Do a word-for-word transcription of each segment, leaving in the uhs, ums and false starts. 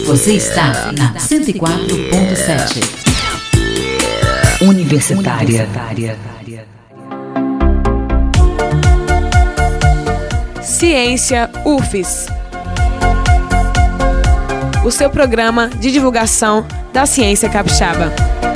Você está na cento e quatro ponto sete. Universitária. Ciência U F S. O seu programa de divulgação da ciência capixaba.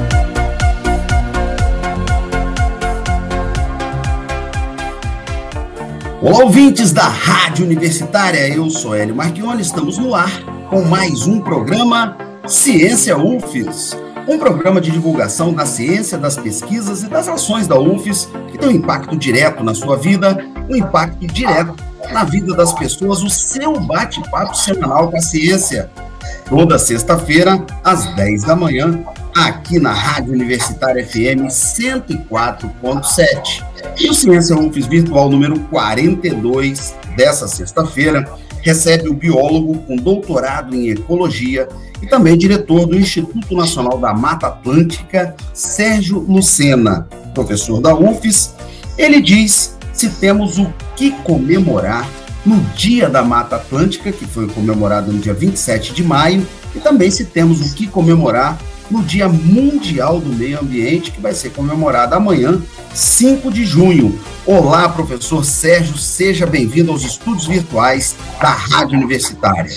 Olá, ouvintes da Rádio Universitária, eu sou Hélio Marchione, estamos no ar com mais um programa Ciência U F S, um programa de divulgação da ciência, das pesquisas e das ações da U F S que tem um impacto direto na sua vida, um impacto direto na vida das pessoas, o seu bate-papo semanal com a ciência. Toda sexta-feira, às dez da manhã, aqui na Rádio Universitária F M cento e quatro ponto sete. E o Ciência U F S Virtual número quarenta e dois dessa sexta-feira recebe o biólogo com doutorado em ecologia e também diretor do Instituto Nacional da Mata Atlântica, Sérgio Lucena, professor da U F S. Ele diz se temos o que comemorar no Dia da Mata Atlântica, que foi comemorado no dia vinte e sete de maio, e também se temos o que comemorar no Dia Mundial do Meio Ambiente, que vai ser comemorado amanhã, cinco de junho. Olá, professor Sérgio, seja bem-vindo aos estudos virtuais da Rádio Universitária.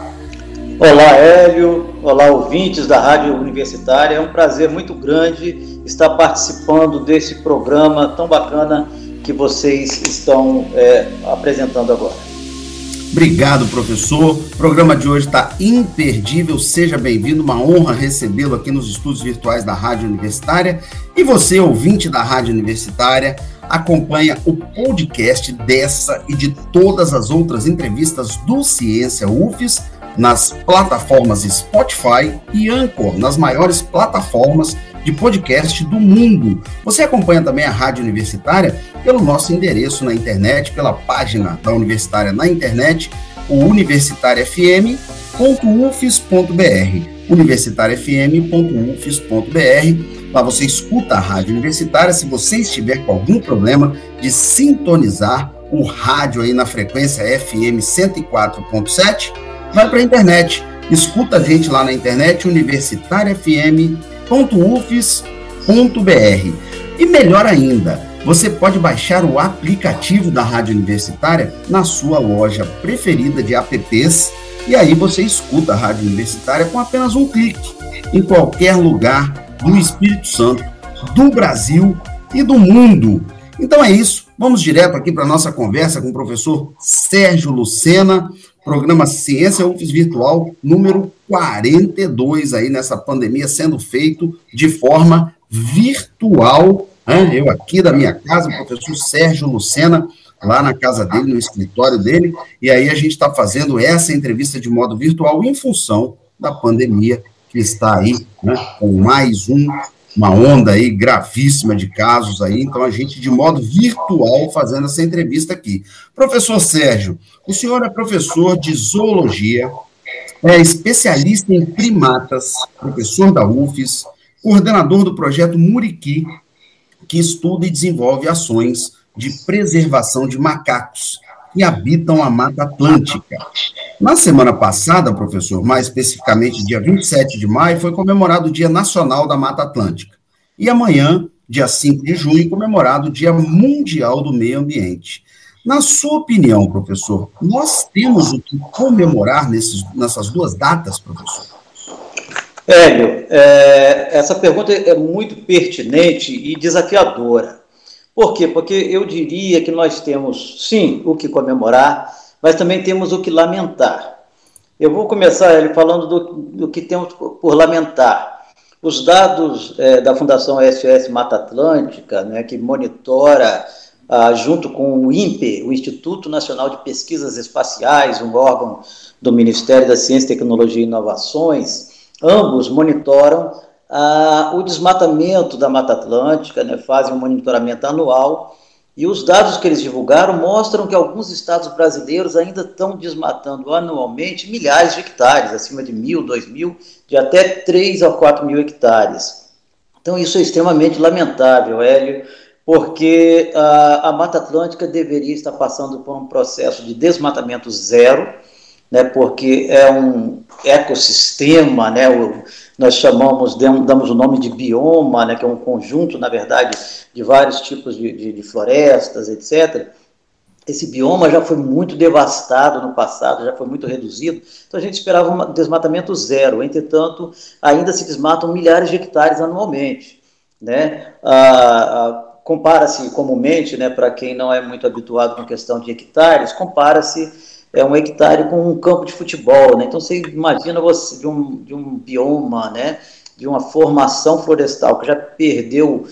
Olá, Hélio. Olá, ouvintes da Rádio Universitária. É um prazer muito grande estar participando desse programa tão bacana que vocês estão é, apresentando agora. Obrigado, professor. O programa de hoje está imperdível. Seja bem-vindo, uma honra recebê-lo aqui nos estúdios virtuais da Rádio Universitária. E você, ouvinte da Rádio Universitária, acompanha o podcast dessa e de todas as outras entrevistas do Ciência U F S nas plataformas Spotify e Anchor, nas maiores plataformas de podcast do mundo. Você acompanha também a Rádio Universitária pelo nosso endereço na internet, pela página da Universitária na internet, o universitária f m ponto u f s ponto b r, universitária f m ponto u f s ponto b r. Lá você escuta a Rádio Universitária. Se você estiver com algum problema de sintonizar o rádio aí na frequência F M cento e quatro ponto sete, vai para a internet, escuta a gente lá na internet, universitária f m ponto u f s ponto b r. E melhor ainda, você pode baixar o aplicativo da Rádio Universitária na sua loja preferida de apps, e aí você escuta a Rádio Universitária com apenas um clique, em qualquer lugar do Espírito Santo, do Brasil e do mundo. Então é isso, vamos direto aqui para a nossa conversa com o professor Sérgio Lucena, programa Ciência U F S Virtual número quarenta e dois aí nessa pandemia, sendo feito de forma virtual, né? Eu aqui da minha casa, o professor Sérgio Lucena, lá na casa dele, no escritório dele, e aí a gente está fazendo essa entrevista de modo virtual em função da pandemia que está aí, né, com mais um, uma onda aí gravíssima de casos aí, então a gente de modo virtual fazendo essa entrevista aqui. Professor Sérgio, o senhor é professor de zoologia, é especialista em primatas, professor da U F S, coordenador do projeto Muriqui, que estuda e desenvolve ações de preservação de macacos que habitam a Mata Atlântica. Na semana passada, professor, mais especificamente dia vinte e sete de maio, foi comemorado o Dia Nacional da Mata Atlântica. E amanhã, dia cinco de junho, comemorado o Dia Mundial do Meio Ambiente. Na sua opinião, professor, nós temos o que comemorar nesses, nessas duas datas, professor? Hélio, é, essa pergunta é muito pertinente e desafiadora. Por quê? Porque eu diria que nós temos, sim, o que comemorar, mas também temos o que lamentar. Eu vou começar, Hélio, falando do, do que temos por lamentar. Os dados é, da Fundação S O S Mata Atlântica, né, que monitora, ah, junto com o INPE, o Instituto Nacional de Pesquisas Espaciais, um órgão do Ministério da Ciência, Tecnologia e Inovações, ambos monitoram ah, o desmatamento da Mata Atlântica, né, fazem um monitoramento anual, e os dados que eles divulgaram mostram que alguns estados brasileiros ainda estão desmatando anualmente milhares de hectares, acima de mil, dois mil, de até três a quatro mil hectares. Então isso é extremamente lamentável, Hélio, porque a, a Mata Atlântica deveria estar passando por um processo de desmatamento zero, né, porque é um ecossistema, né, o, nós chamamos, damos o nome de bioma, né, que é um conjunto, na verdade, de vários tipos de, de, de florestas, etcétera. Esse bioma já foi muito devastado no passado, já foi muito reduzido, então a gente esperava um desmatamento zero. Entretanto, ainda se desmatam milhares de hectares anualmente, né? Ah, ah, compara-se comumente, né, para quem não é muito habituado com a questão de hectares, compara-se é, um hectare com um campo de futebol, né? Então você imagina você de um, de um bioma, né, de uma formação florestal que já perdeu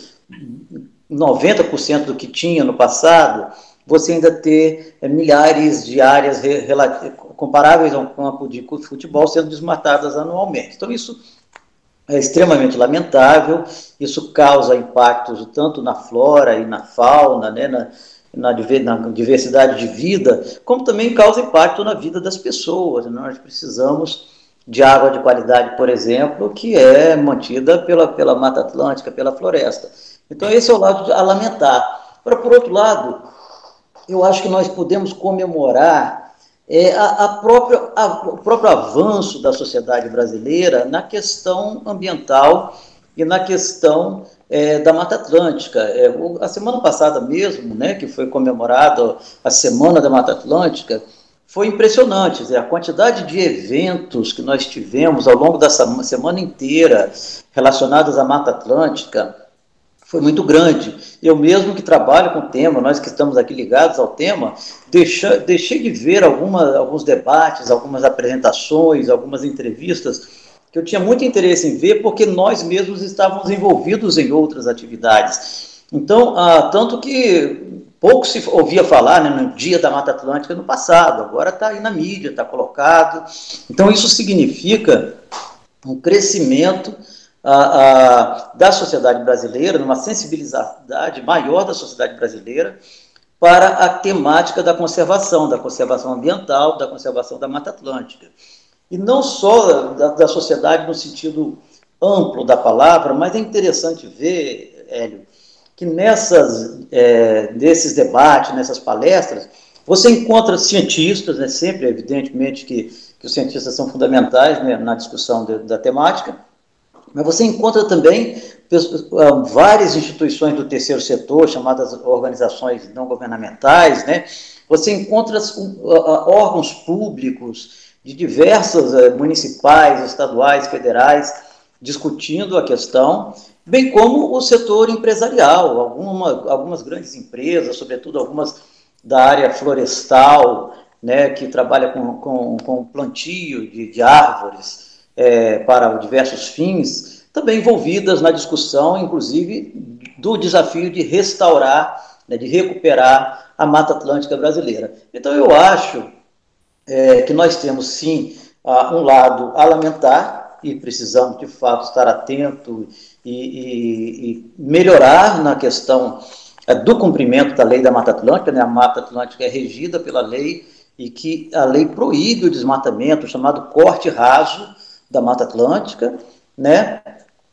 noventa por cento do que tinha no passado, você ainda ter é, milhares de áreas comparáveis a um campo de futebol sendo desmatadas anualmente. Então, isso é extremamente lamentável, isso causa impactos tanto na flora e na fauna, né, na, na, na diversidade de vida, como também causa impacto na vida das pessoas. Nós precisamos de água de qualidade, por exemplo, que é mantida pela, pela Mata Atlântica, pela floresta. Então, esse é o lado a lamentar. Agora, por outro lado, eu acho que nós podemos comemorar é, a, a própria, a, o próprio avanço da sociedade brasileira na questão ambiental e na questão é, da Mata Atlântica. É, o, a semana passada mesmo, né, que foi comemorada a Semana da Mata Atlântica, foi impressionante. Dizer, a quantidade de eventos que nós tivemos ao longo dessa semana inteira relacionados à Mata Atlântica foi muito grande. Eu mesmo que trabalho com o tema, nós que estamos aqui ligados ao tema, deixa, deixei de ver alguma, alguns debates, algumas apresentações, algumas entrevistas, que eu tinha muito interesse em ver, porque nós mesmos estávamos envolvidos em outras atividades. Então, ah, tanto que pouco se ouvia falar, né, no Dia da Mata Atlântica no passado, agora está aí na mídia, está colocado. Então, isso significa um crescimento A, a, da sociedade brasileira, numa sensibilidade maior da sociedade brasileira para a temática da conservação, da conservação ambiental, da conservação da Mata Atlântica. E não só da, da sociedade no sentido amplo da palavra, mas é interessante ver, Hélio, que nessas, é, nesses debates, nessas palestras, você encontra cientistas, né, sempre, evidentemente, que, que os cientistas são fundamentais, né, na discussão de, da temática, mas você encontra também várias instituições do terceiro setor, chamadas organizações não governamentais, né? Você encontra órgãos públicos de diversas municipais, estaduais, federais, discutindo a questão, bem como o setor empresarial, alguma, algumas grandes empresas, sobretudo algumas da área florestal, né, que trabalha com, com, com plantio de, de árvores, É, para diversos fins, também envolvidas na discussão, inclusive, do desafio de restaurar, né, de recuperar a Mata Atlântica brasileira. Então, eu acho é, que nós temos, sim, uh, um lado a lamentar, e precisamos, de fato, estar atento e, e, e melhorar na questão é, do cumprimento da lei da Mata Atlântica, né? A Mata Atlântica é regida pela lei, e que a lei proíbe o desmatamento, o chamado corte raso da Mata Atlântica, né?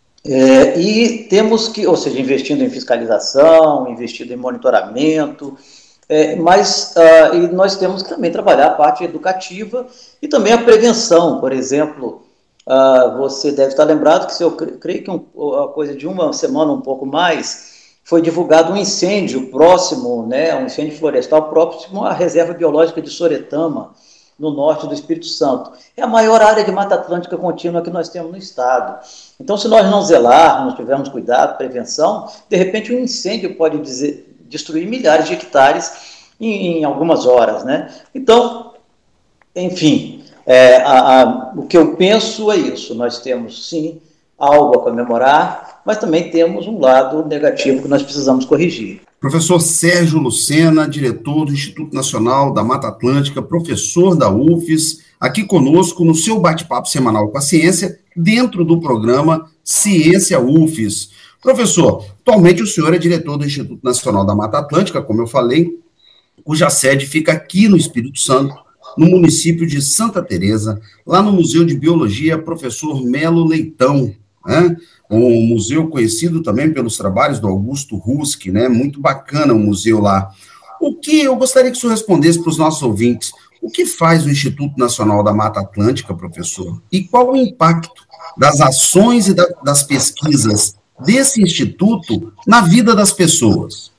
É, e temos que, ou seja, investindo em fiscalização, investindo em monitoramento, é, mas uh, e nós temos que também trabalhar a parte educativa e também a prevenção. Por exemplo, uh, você deve estar lembrado que, se eu creio que um, a coisa de uma semana, um pouco mais, foi divulgado um incêndio próximo, né, um incêndio florestal próximo à reserva biológica de Soretama, no norte do Espírito Santo. É a maior área de Mata Atlântica contínua que nós temos no estado. Então, se nós não zelarmos, tivermos cuidado, prevenção, de repente um incêndio pode dizer, destruir milhares de hectares em, em algumas horas, né? Então, enfim, é, a, a, o que eu penso é isso. Nós temos, sim, algo a comemorar, mas também temos um lado negativo que nós precisamos corrigir. Professor Sérgio Lucena, diretor do Instituto Nacional da Mata Atlântica, professor da U F E S, aqui conosco no seu bate-papo semanal com a ciência, dentro do programa Ciência U F E S. Professor, atualmente o senhor é diretor do Instituto Nacional da Mata Atlântica, como eu falei, cuja sede fica aqui no Espírito Santo, no município de Santa Teresa, lá no Museu de Biologia Professor Melo Leitão, né? Um museu conhecido também pelos trabalhos do Augusto Ruski, né? Muito bacana o museu lá. O que eu gostaria que o senhor respondesse para os nossos ouvintes, O que faz o Instituto Nacional da Mata Atlântica, professor? E qual o impacto das ações e da, das pesquisas desse instituto na vida das pessoas?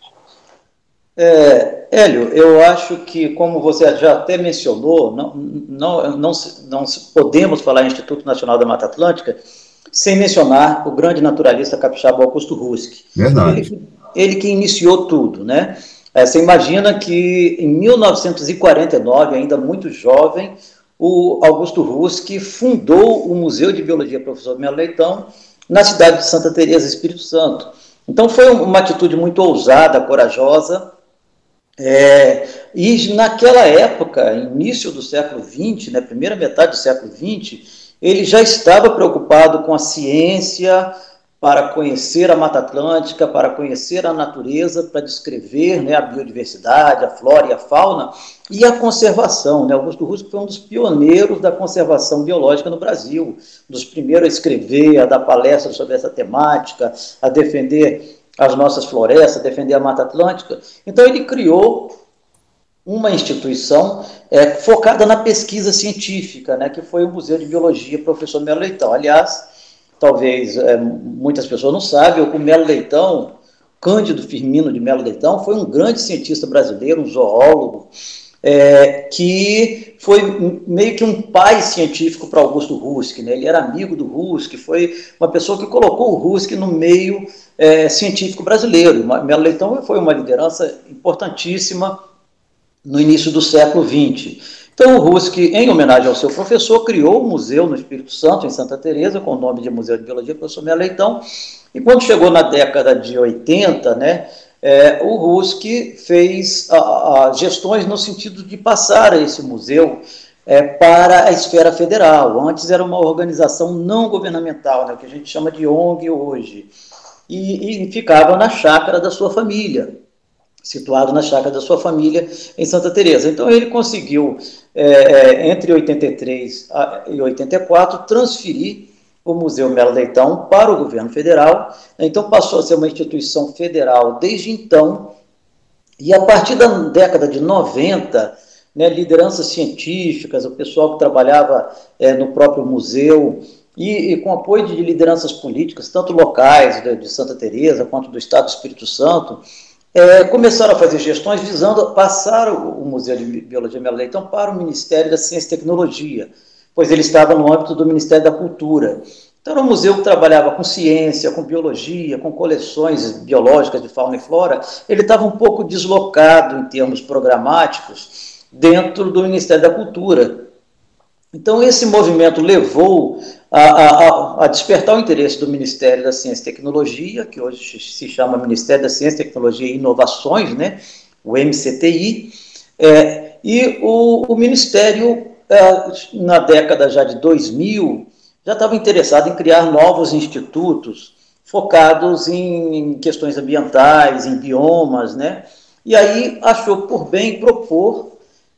É, Hélio, eu acho que, como você já até mencionou, não, não, não, não podemos falar em Instituto Nacional da Mata Atlântica sem mencionar o grande naturalista capixaba Augusto Husk. Verdade. Ele, ele que iniciou tudo, né? É, você imagina que em mil novecentos e quarenta e nove, ainda muito jovem, o Augusto Husk fundou o Museu de Biologia Professor Melo Leitão na cidade de Santa Teresa, Espírito Santo. Então foi uma atitude muito ousada, corajosa, é, e naquela época, início do século vinte, né, primeira metade do século vinte, ele já estava preocupado com a ciência para conhecer a Mata Atlântica, para conhecer a natureza, para descrever, né, a biodiversidade, a flora e a fauna, e a conservação, né? Augusto Husk foi um dos pioneiros da conservação biológica no Brasil, dos primeiros a escrever, a dar palestras sobre essa temática, a defender as nossas florestas, a defender a Mata Atlântica. Então ele criou uma instituição é, focada na pesquisa científica, né, que foi o Museu de Biologia Professor Melo Leitão. Aliás, talvez é, muitas pessoas não sabem, o Melo Leitão, Cândido Firmino de Melo Leitão, foi um grande cientista brasileiro, um zoólogo, é, que foi meio que um pai científico para Augusto Husk, né? Ele era amigo do Husk, foi uma pessoa que colocou o Husk no meio é, científico brasileiro. Melo Leitão foi uma liderança importantíssima no início do século vinte. Então o Husk, em homenagem ao seu professor, criou um museu no Espírito Santo, em Santa Teresa, com o nome de Museu de Biologia Professor Melo Leitão, e quando chegou na década de oitenta, né, é, o Husk fez a, a, gestões no sentido de passar esse museu é, para a esfera federal. Antes era uma organização não governamental, né, que a gente chama de O N G hoje, e, e ficava na chácara da sua família, situado na chácara da sua família em Santa Teresa. Então ele conseguiu, é, entre oitenta e três e oitenta e quatro, transferir o Museu Melo Leitão para o governo federal. Então passou a ser uma instituição federal desde então, e a partir da década de noventa, né, lideranças científicas, o pessoal que trabalhava é, no próprio museu, e, e com apoio de lideranças políticas, tanto locais de, de Santa Teresa quanto do Estado do Espírito Santo, É, começaram a fazer gestões visando passar o, o Museu de Biologia Melo Leitão para o Ministério da Ciência e Tecnologia, pois ele estava no âmbito do Ministério da Cultura. Então era um museu que trabalhava com ciência, com biologia, com coleções biológicas de fauna e flora. Ele estava um pouco deslocado em termos programáticos dentro do Ministério da Cultura. Então esse movimento levou A, a, a despertar o interesse do Ministério da Ciência e Tecnologia, que hoje se chama Ministério da Ciência, Tecnologia e Inovações, né, o M C T I, é, e o, o Ministério, é, na década já de dois mil, já estava interessado em criar novos institutos focados em questões ambientais, em biomas, né, e aí achou por bem propor,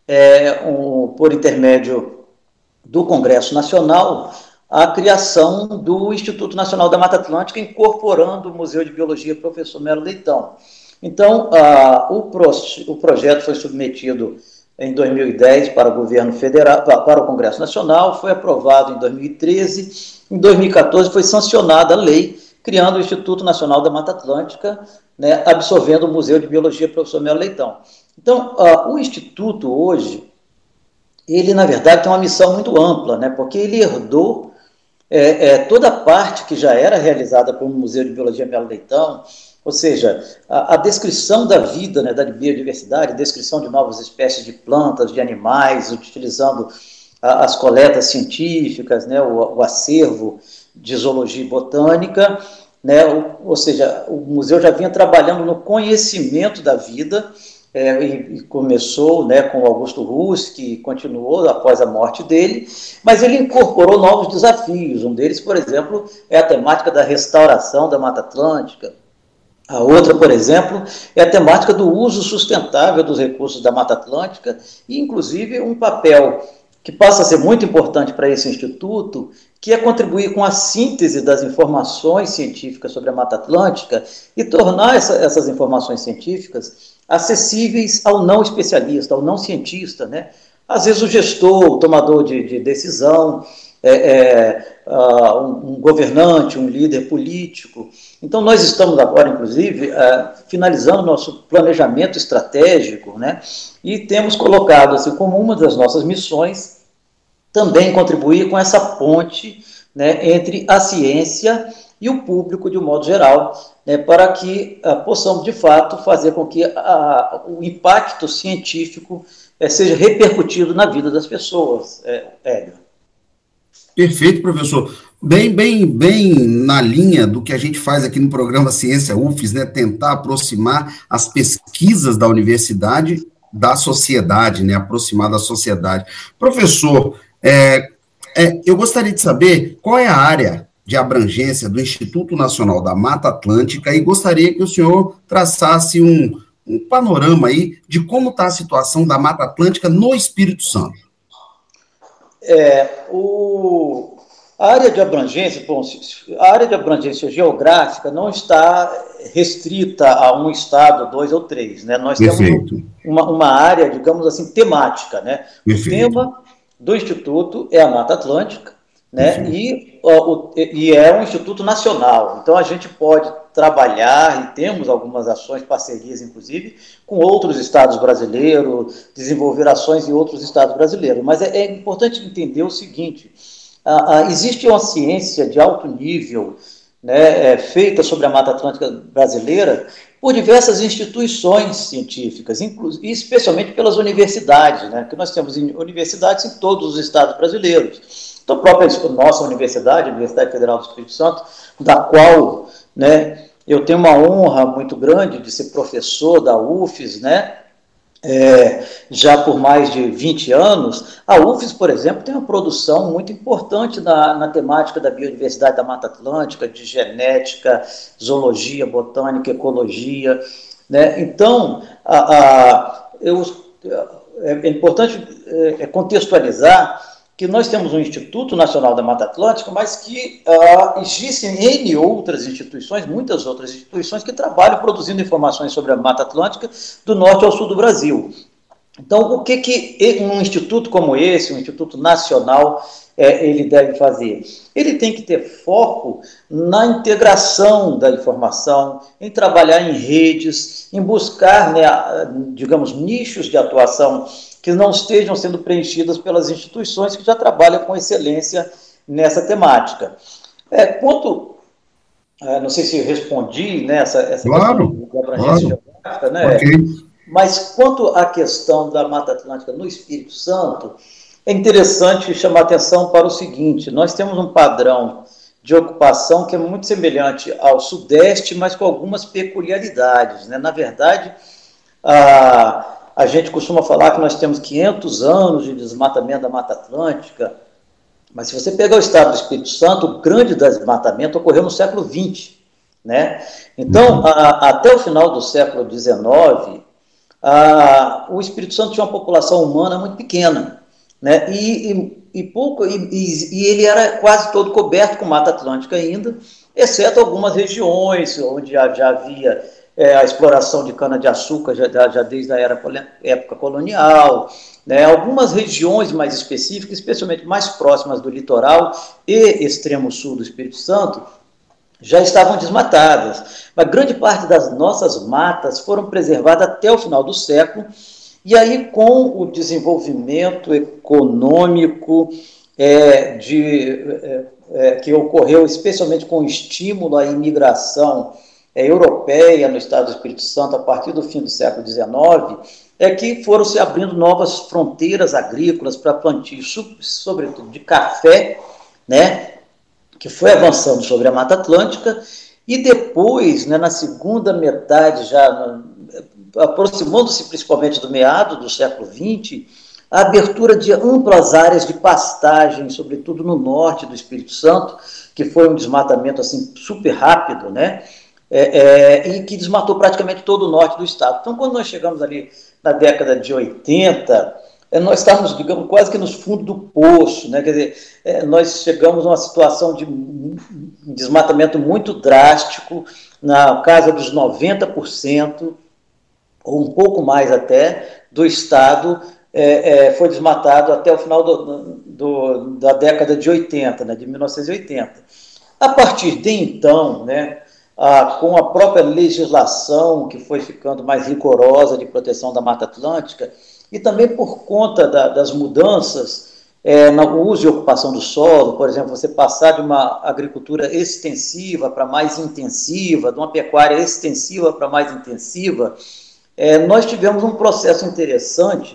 é, um, por intermédio do Congresso Nacional, a criação do Instituto Nacional da Mata Atlântica, incorporando o Museu de Biologia Professor Melo Leitão. Então, a, o, pro, o projeto foi submetido em dois mil e dez para o governo federal, para o Congresso Nacional, foi aprovado em dois mil e treze, em dois mil e quatorze foi sancionada a lei, criando o Instituto Nacional da Mata Atlântica, né, absorvendo o Museu de Biologia Professor Melo Leitão. Então, a, o Instituto hoje, ele, na verdade, tem uma missão muito ampla, né, porque ele herdou É, é, toda a parte que já era realizada pelo Museu de Biologia Melo Leitão, ou seja, a, a descrição da vida, né, da biodiversidade, descrição de novas espécies de plantas, de animais, utilizando a, as coletas científicas, né, o, o acervo de zoologia e botânica, né, o, ou seja, o museu já vinha trabalhando no conhecimento da vida, É, e, e começou, né, com Augusto Husk, que continuou após a morte dele, mas ele incorporou novos desafios. Um deles, por exemplo, é a temática da restauração da Mata Atlântica. A outra, por exemplo, é a temática do uso sustentável dos recursos da Mata Atlântica e, inclusive, um papel que passa a ser muito importante para esse instituto, que é contribuir com a síntese das informações científicas sobre a Mata Atlântica e tornar essa, essas informações científicas acessíveis ao não especialista, ao não cientista, né? às vezes o gestor, o tomador de, de decisão, é, é, uh, um, um governante, um líder político. Então, nós estamos agora, inclusive, uh, finalizando nosso planejamento estratégico, né, e temos colocado assim, como uma das nossas missões também contribuir com essa ponte, né, entre a ciência e o público de um modo geral, né, para que uh, possamos, de fato, fazer com que a, o impacto científico uh, seja repercutido na vida das pessoas, uh, Hélio. Perfeito, professor. Bem, bem, bem na linha do que a gente faz aqui no programa Ciência U F E S, né, tentar aproximar as pesquisas da universidade da sociedade, né, aproximar da sociedade. Professor, é, é, eu gostaria de saber qual é a área de abrangência do Instituto Nacional da Mata Atlântica e gostaria que o senhor traçasse um, um panorama aí de como está a situação da Mata Atlântica no Espírito Santo. É, o, a área de abrangência, bom, a área de abrangência geográfica não está restrita a um estado, dois ou três, né? Nós Perfeito. temos uma, uma área, digamos assim, temática, né? Perfeito. O tema do Instituto é a Mata Atlântica, né? E, o, e é um Instituto Nacional, então a gente pode trabalhar, e temos algumas ações, parcerias, inclusive, com outros estados brasileiros, desenvolver ações em outros estados brasileiros. Mas é, é importante entender o seguinte, a, a, existe uma ciência de alto nível, né, é, feita sobre a Mata Atlântica brasileira por diversas instituições científicas, e especialmente pelas universidades, né, que nós temos universidades em todos os estados brasileiros. Então, a própria nossa universidade, a Universidade Federal do Espírito Santo, da qual, né, eu tenho uma honra muito grande de ser professor da U F E S, né, é, já por mais de vinte anos. A U F E S, por exemplo, tem uma produção muito importante na, na temática da biodiversidade da Mata Atlântica, de genética, zoologia, botânica, ecologia, né. Então, a, a, eu, é importante é, contextualizar que nós temos um Instituto Nacional da Mata Atlântica, mas que uh, existem N outras instituições, muitas outras instituições que trabalham produzindo informações sobre a Mata Atlântica do norte ao sul do Brasil. Então, o que, que um instituto como esse, um Instituto Nacional, é, ele deve fazer? Ele tem que ter foco na integração da informação, em trabalhar em redes, em buscar, né, digamos, nichos de atuação que não estejam sendo preenchidas pelas instituições que já trabalham com excelência nessa temática. É, quanto, é, não sei se respondi, né, essa, essa claro, questão da abrangência claro. geográfica, né, okay. Mas quanto à questão da Mata Atlântica no Espírito Santo, é interessante chamar atenção para o seguinte, nós temos um padrão de ocupação que é muito semelhante ao Sudeste, mas com algumas peculiaridades, né? Na verdade, a A gente costuma falar que nós temos quinhentos anos de desmatamento da Mata Atlântica, mas se você pegar o estado do Espírito Santo, o grande desmatamento ocorreu no século vinte, né? Então, a, até o final do século dezenove, a, o Espírito Santo tinha uma população humana muito pequena, né? E, e, e, pouco, e, e ele era quase todo coberto com Mata Atlântica ainda, exceto algumas regiões onde já, já havia É, a exploração de cana-de-açúcar já, já desde a era, época colonial, né, algumas regiões mais específicas, especialmente mais próximas do litoral e extremo sul do Espírito Santo, já estavam desmatadas. Mas grande parte das nossas matas foram preservadas até o final do século, e aí com o desenvolvimento econômico é, de, é, é, que ocorreu especialmente com o estímulo à imigração É, europeia no estado do Espírito Santo, a partir do fim do século dezenove, é que foram se abrindo novas fronteiras agrícolas para plantio, sobretudo de café, né, que foi avançando sobre a Mata Atlântica, e depois, né, na segunda metade, já aproximando-se principalmente do meado do século vinte, a abertura de amplas áreas de pastagem, sobretudo no norte do Espírito Santo, que foi um desmatamento assim, super rápido, né, É, é, e que desmatou praticamente todo o norte do estado. Então, quando nós chegamos ali na década de oitenta, é, nós estávamos, digamos, quase que nos fundos do poço, né? Quer dizer, é, nós chegamos a uma situação de um desmatamento muito drástico, na casa dos noventa por cento, ou um pouco mais até, do estado é, é, foi desmatado até o final do, do, da década de oitenta, né, de mil novecentos e oitenta. A partir de então, né, a, com a própria legislação que foi ficando mais rigorosa de proteção da Mata Atlântica, e também por conta da, das mudanças é, no uso e ocupação do solo, por exemplo, você passar de uma agricultura extensiva para mais intensiva, de uma pecuária extensiva para mais intensiva, é, nós tivemos um processo interessante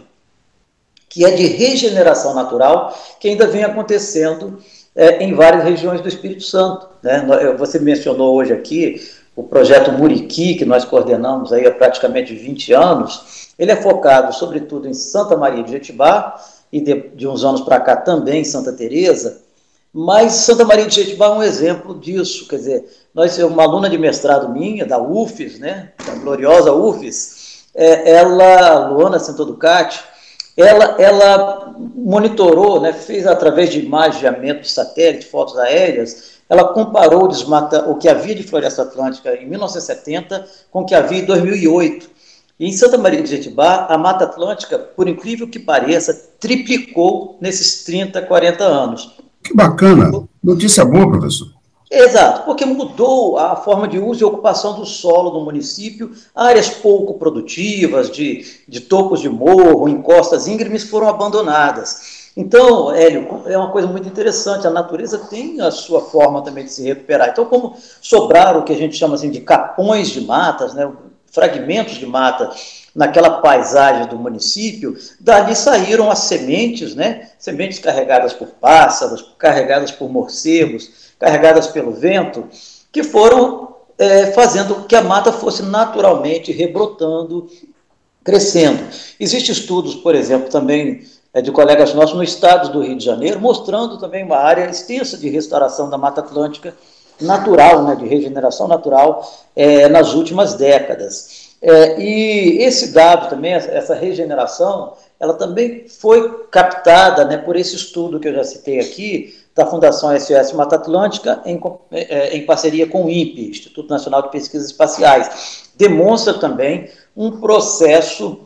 que é de regeneração natural, que ainda vem acontecendo é, em várias regiões do Espírito Santo, né? Você mencionou hoje aqui o projeto Muriqui, que nós coordenamos aí há praticamente vinte anos. Ele é focado, sobretudo, em Santa Maria de Jetibá, e de, de uns anos para cá também em Santa Teresa, mas Santa Maria de Jetibá é um exemplo disso. Quer dizer, nós, uma aluna de mestrado minha, da U F E S, né, da gloriosa U F E S, é, ela, Luana Santoducati, ela, ela monitorou, né, fez através de imageamento de satélite, fotos aéreas, ela comparou o, desmata, o que havia de floresta atlântica em mil novecentos e setenta com o que havia em dois mil e oito. E em Santa Maria de Jetibá, a Mata Atlântica, por incrível que pareça, triplicou nesses trinta, quarenta anos. Que bacana! Notícia boa, professor. Exato, porque mudou a forma de uso e ocupação do solo do município, áreas pouco produtivas, de, de topos de morro, encostas íngremes foram abandonadas. Então, Hélio, é uma coisa muito interessante, a natureza tem a sua forma também de se recuperar. Então, como sobraram o que a gente chama assim de capões de matas, né, fragmentos de mata naquela paisagem do município, dali saíram as sementes, né? Sementes carregadas por pássaros, carregadas por morcegos, carregadas pelo vento, que foram é, fazendo que a mata fosse naturalmente rebrotando, crescendo. Existem estudos, por exemplo, também é, de colegas nossos no estado do Rio de Janeiro, mostrando também uma área extensa de restauração da Mata Atlântica natural, né, de regeneração natural é, nas últimas décadas. É, e esse dado também, essa regeneração, ela também foi captada, né, por esse estudo que eu já citei aqui, da Fundação S O S Mata Atlântica, em, em parceria com o INPE, Instituto Nacional de Pesquisas Espaciais. Demonstra também um processo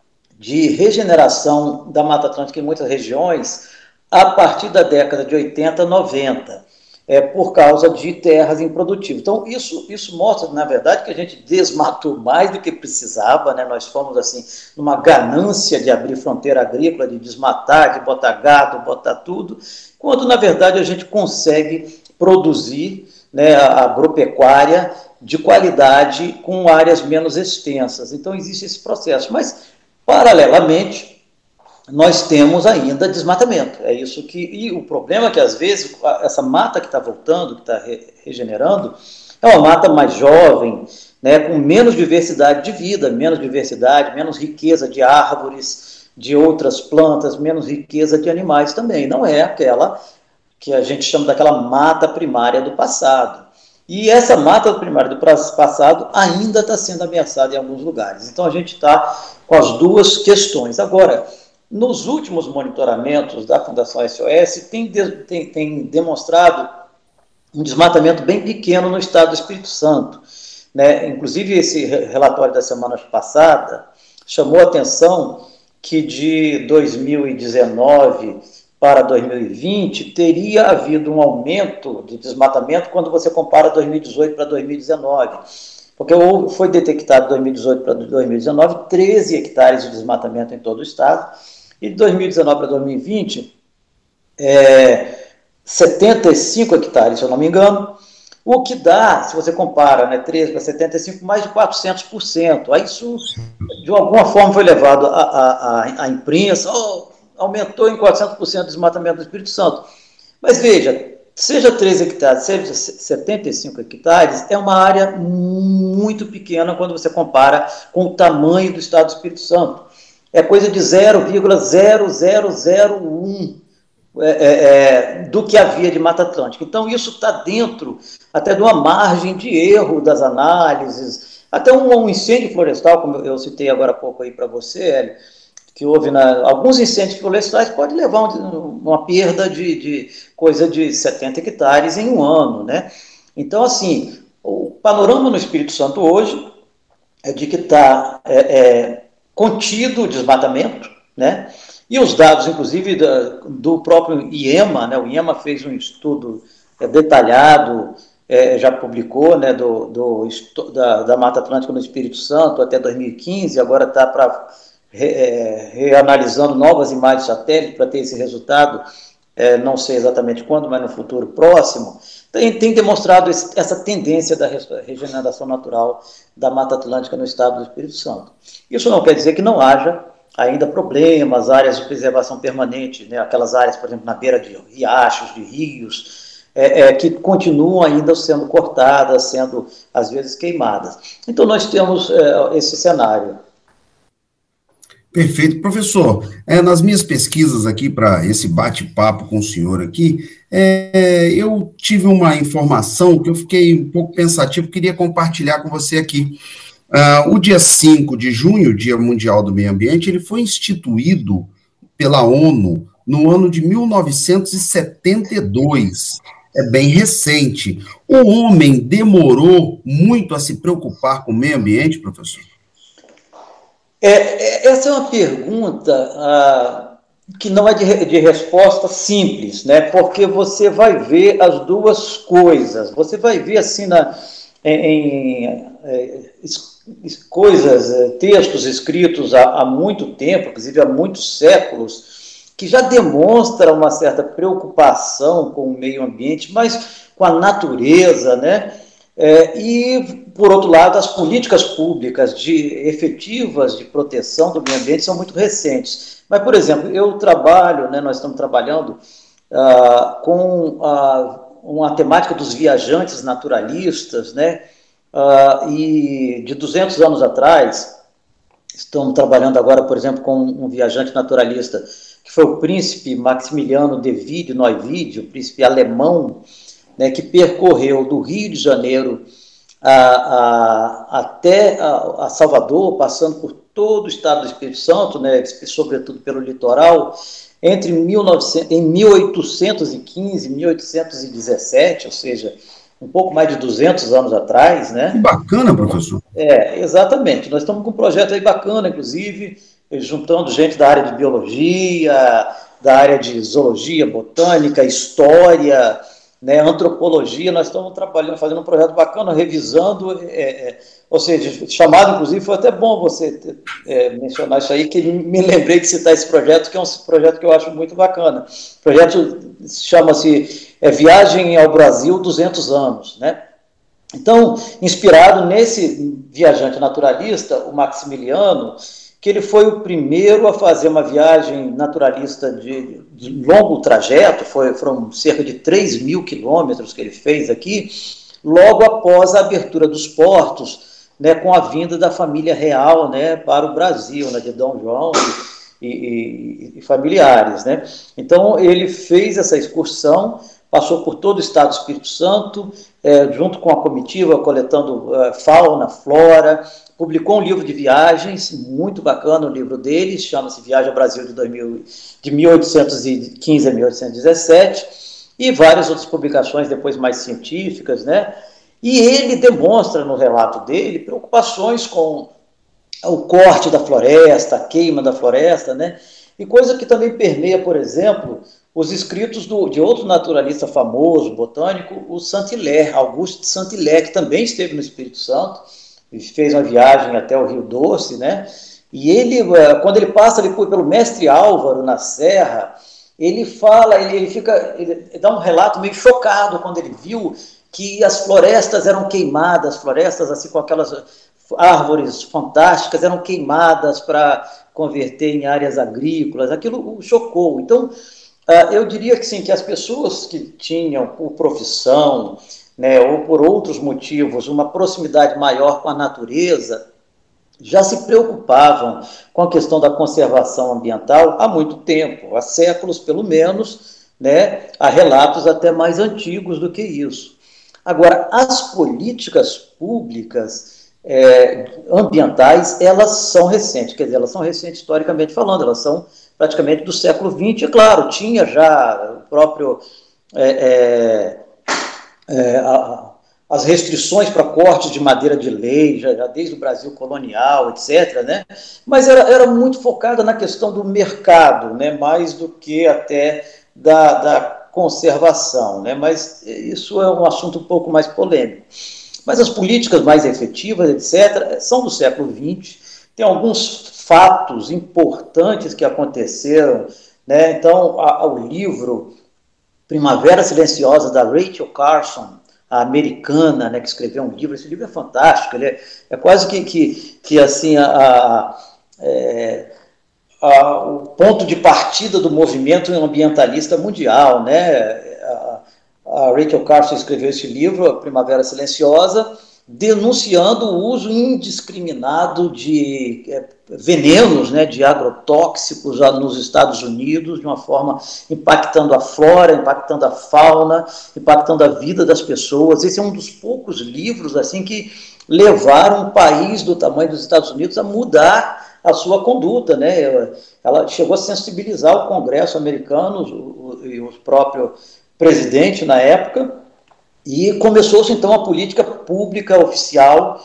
de regeneração da Mata Atlântica em muitas regiões a partir da década de oitenta, noventa. É, por causa de terras improdutivas. Então, isso, isso mostra, na verdade, que a gente desmatou mais do que precisava, né? Nós fomos, assim, numa ganância de abrir fronteira agrícola, de desmatar, de botar gado, botar tudo, quando, na verdade, a gente consegue produzir, né, a agropecuária de qualidade com áreas menos extensas. Então, existe esse processo. Mas, paralelamente, nós temos ainda desmatamento. É isso que. E o problema é que, às vezes, essa mata que está voltando, que está re, regenerando, é uma mata mais jovem, né, com menos diversidade de vida, menos diversidade, menos riqueza de árvores, de outras plantas, menos riqueza de animais também. Não é aquela que a gente chama daquela mata primária do passado. E essa mata primária do passado ainda está sendo ameaçada em alguns lugares. Então, a gente está com as duas questões. Agora, nos últimos monitoramentos da Fundação S O S, tem, de, tem, tem demonstrado um desmatamento bem pequeno no estado do Espírito Santo, né? Inclusive, esse relatório da semana passada chamou a atenção que de dois mil e dezenove para dois mil e vinte teria havido um aumento de desmatamento quando você compara dois mil e dezoito para dois mil e dezenove. Porque foi detectado de dois mil e dezoito para dois mil e dezenove treze hectares de desmatamento em todo o estado, e de dois mil e dezenove para dois mil e vinte, é, setenta e cinco hectares, se eu não me engano, o que dá, se você compara, né, treze para setenta e cinco, mais de quatrocentos por cento. Aí isso, de alguma forma, foi levado à, à, à imprensa, oh, aumentou em quatrocentos por cento o desmatamento do Espírito Santo. Mas veja, seja treze hectares, seja setenta e cinco hectares, é uma área muito pequena quando você compara com o tamanho do estado do Espírito Santo. É coisa de zero vírgula zero zero zero um é, é, é, do que havia de Mata Atlântica. Então, isso está dentro até de uma margem de erro das análises, até um, um incêndio florestal, como eu citei agora há pouco aí para você, Hélio, que houve na, alguns incêndios florestais pode levar um, uma perda de, de coisa de setenta hectares em um ano, né? Então, assim, o panorama no Espírito Santo hoje é de que está é, é, contido o desmatamento, né? E os dados, inclusive, da, do próprio IEMA, né? O IEMA fez um estudo é, detalhado, é, já publicou, né, do, do, da, da Mata Atlântica no Espírito Santo até dois mil e quinze, agora está para re, é, reanalisando novas imagens satélite para ter esse resultado, é, não sei exatamente quando, mas no futuro próximo, tem, tem demonstrado esse, essa tendência da regeneração natural da Mata Atlântica no estado do Espírito Santo. Isso não quer dizer que não haja ainda problemas, áreas de preservação permanente, né, aquelas áreas, por exemplo, na beira de riachos, de rios, É, é, que continuam ainda sendo cortadas, sendo, às vezes, queimadas. Então, nós temos é, esse cenário. Perfeito. Professor, é, nas minhas pesquisas aqui para esse bate-papo com o senhor aqui, é, eu tive uma informação que eu fiquei um pouco pensativo, queria compartilhar com você aqui. Uh, o dia cinco de junho, Dia Mundial do Meio Ambiente, ele foi instituído pela ONU no ano de mil novecentos e setenta e dois. É bem recente. O homem demorou muito a se preocupar com o meio ambiente, professor? É, essa é uma pergunta ah, que não é de, de resposta simples, né? Porque você vai ver as duas coisas. Você vai ver assim na, em, em coisas, textos escritos há, há muito tempo, inclusive há muitos séculos, que já demonstra uma certa preocupação com o meio ambiente, mas com a natureza, né? É, e, por outro lado, as políticas públicas de, efetivas de proteção do meio ambiente são muito recentes. Mas, por exemplo, eu trabalho, né, nós estamos trabalhando ah, com ah, uma temática dos viajantes naturalistas, né? Ah, e de duzentos anos atrás, estamos trabalhando agora, por exemplo, com um viajante naturalista que foi o príncipe Maximiliano de Wied Neuwied, o príncipe alemão, né, que percorreu do Rio de Janeiro a, a, até a, a Salvador, passando por todo o estado do Espírito Santo, né, sobretudo pelo litoral, entre mil e novecentos, em mil oitocentos e quinze e mil oitocentos e dezessete, ou seja, um pouco mais de duzentos anos atrás, né? Que bacana, professor. É, exatamente. Nós estamos com um projeto aí bacana, inclusive, juntando gente da área de biologia, da área de zoologia, botânica, história, né, antropologia. Nós estamos trabalhando, fazendo um projeto bacana, revisando, é, é, ou seja, chamado, inclusive, foi até bom você é, mencionar isso aí, que me lembrei de citar esse projeto, que é um projeto que eu acho muito bacana. O projeto chama-se é, Viagem ao Brasil duzentos anos, né? Então, inspirado nesse viajante naturalista, o Maximiliano, que ele foi o primeiro a fazer uma viagem naturalista de, de longo trajeto, foi, foram cerca de três mil quilômetros que ele fez aqui, logo após a abertura dos portos, né, com a vinda da família real, né, para o Brasil, né, de Dom João e, e, e familiares, né. Então, ele fez essa excursão, passou por todo o estado do Espírito Santo, é, junto com a comitiva, coletando é, fauna, flora, publicou um livro de viagens, muito bacana o livro dele, chama-se Viagem ao Brasil de, dois mil, de mil oitocentos e quinze a mil oitocentos e dezessete, e várias outras publicações depois mais científicas, né? E ele demonstra no relato dele preocupações com o corte da floresta, a queima da floresta, né? E coisa que também permeia, por exemplo, os escritos do, de outro naturalista famoso, botânico, o Saint-Hilaire, Auguste de Saint-Hilaire, que também esteve no Espírito Santo, e fez uma viagem até o Rio Doce, né? E ele, quando ele passa ali pelo Mestre Álvaro, na Serra, ele fala, ele, ele fica, ele dá um relato meio chocado quando ele viu que as florestas eram queimadas, florestas assim com aquelas árvores fantásticas eram queimadas para converter em áreas agrícolas, aquilo o chocou. Então, eu diria que sim, que as pessoas que tinham por profissão, né, ou por outros motivos, uma proximidade maior com a natureza, já se preocupavam com a questão da conservação ambiental há muito tempo, há séculos pelo menos, né, há relatos até mais antigos do que isso. Agora, as políticas públicas é, ambientais, elas são recentes, quer dizer, elas são recentes historicamente falando, elas são praticamente do século vinte, e claro, tinha já o próprio... É, é, É, a, as restrições para cortes de madeira de lei, já, já desde o Brasil colonial, etcétera, né? Mas era, era muito focada na questão do mercado, né? Mais do que até da, da conservação, né? Mas isso é um assunto um pouco mais polêmico. Mas as políticas mais efetivas, etcétera, são do século vinte, tem alguns fatos importantes que aconteceram, né? Então, a, a, o livro Primavera Silenciosa, da Rachel Carson, a americana, né, que escreveu um livro, esse livro é fantástico, ele é, é quase que, que, que assim, a, a, é, a, o ponto de partida do movimento ambientalista mundial, né? A, a Rachel Carson escreveu esse livro, A Primavera Silenciosa, denunciando o uso indiscriminado de é, venenos, né, de agrotóxicos nos Estados Unidos, de uma forma impactando a flora, impactando a fauna, impactando a vida das pessoas. Esse é um dos poucos livros assim que levaram um país do tamanho dos Estados Unidos a mudar a sua conduta, né? Ela chegou a sensibilizar o Congresso americano e o próprio presidente na época, e começou-se então a política pública oficial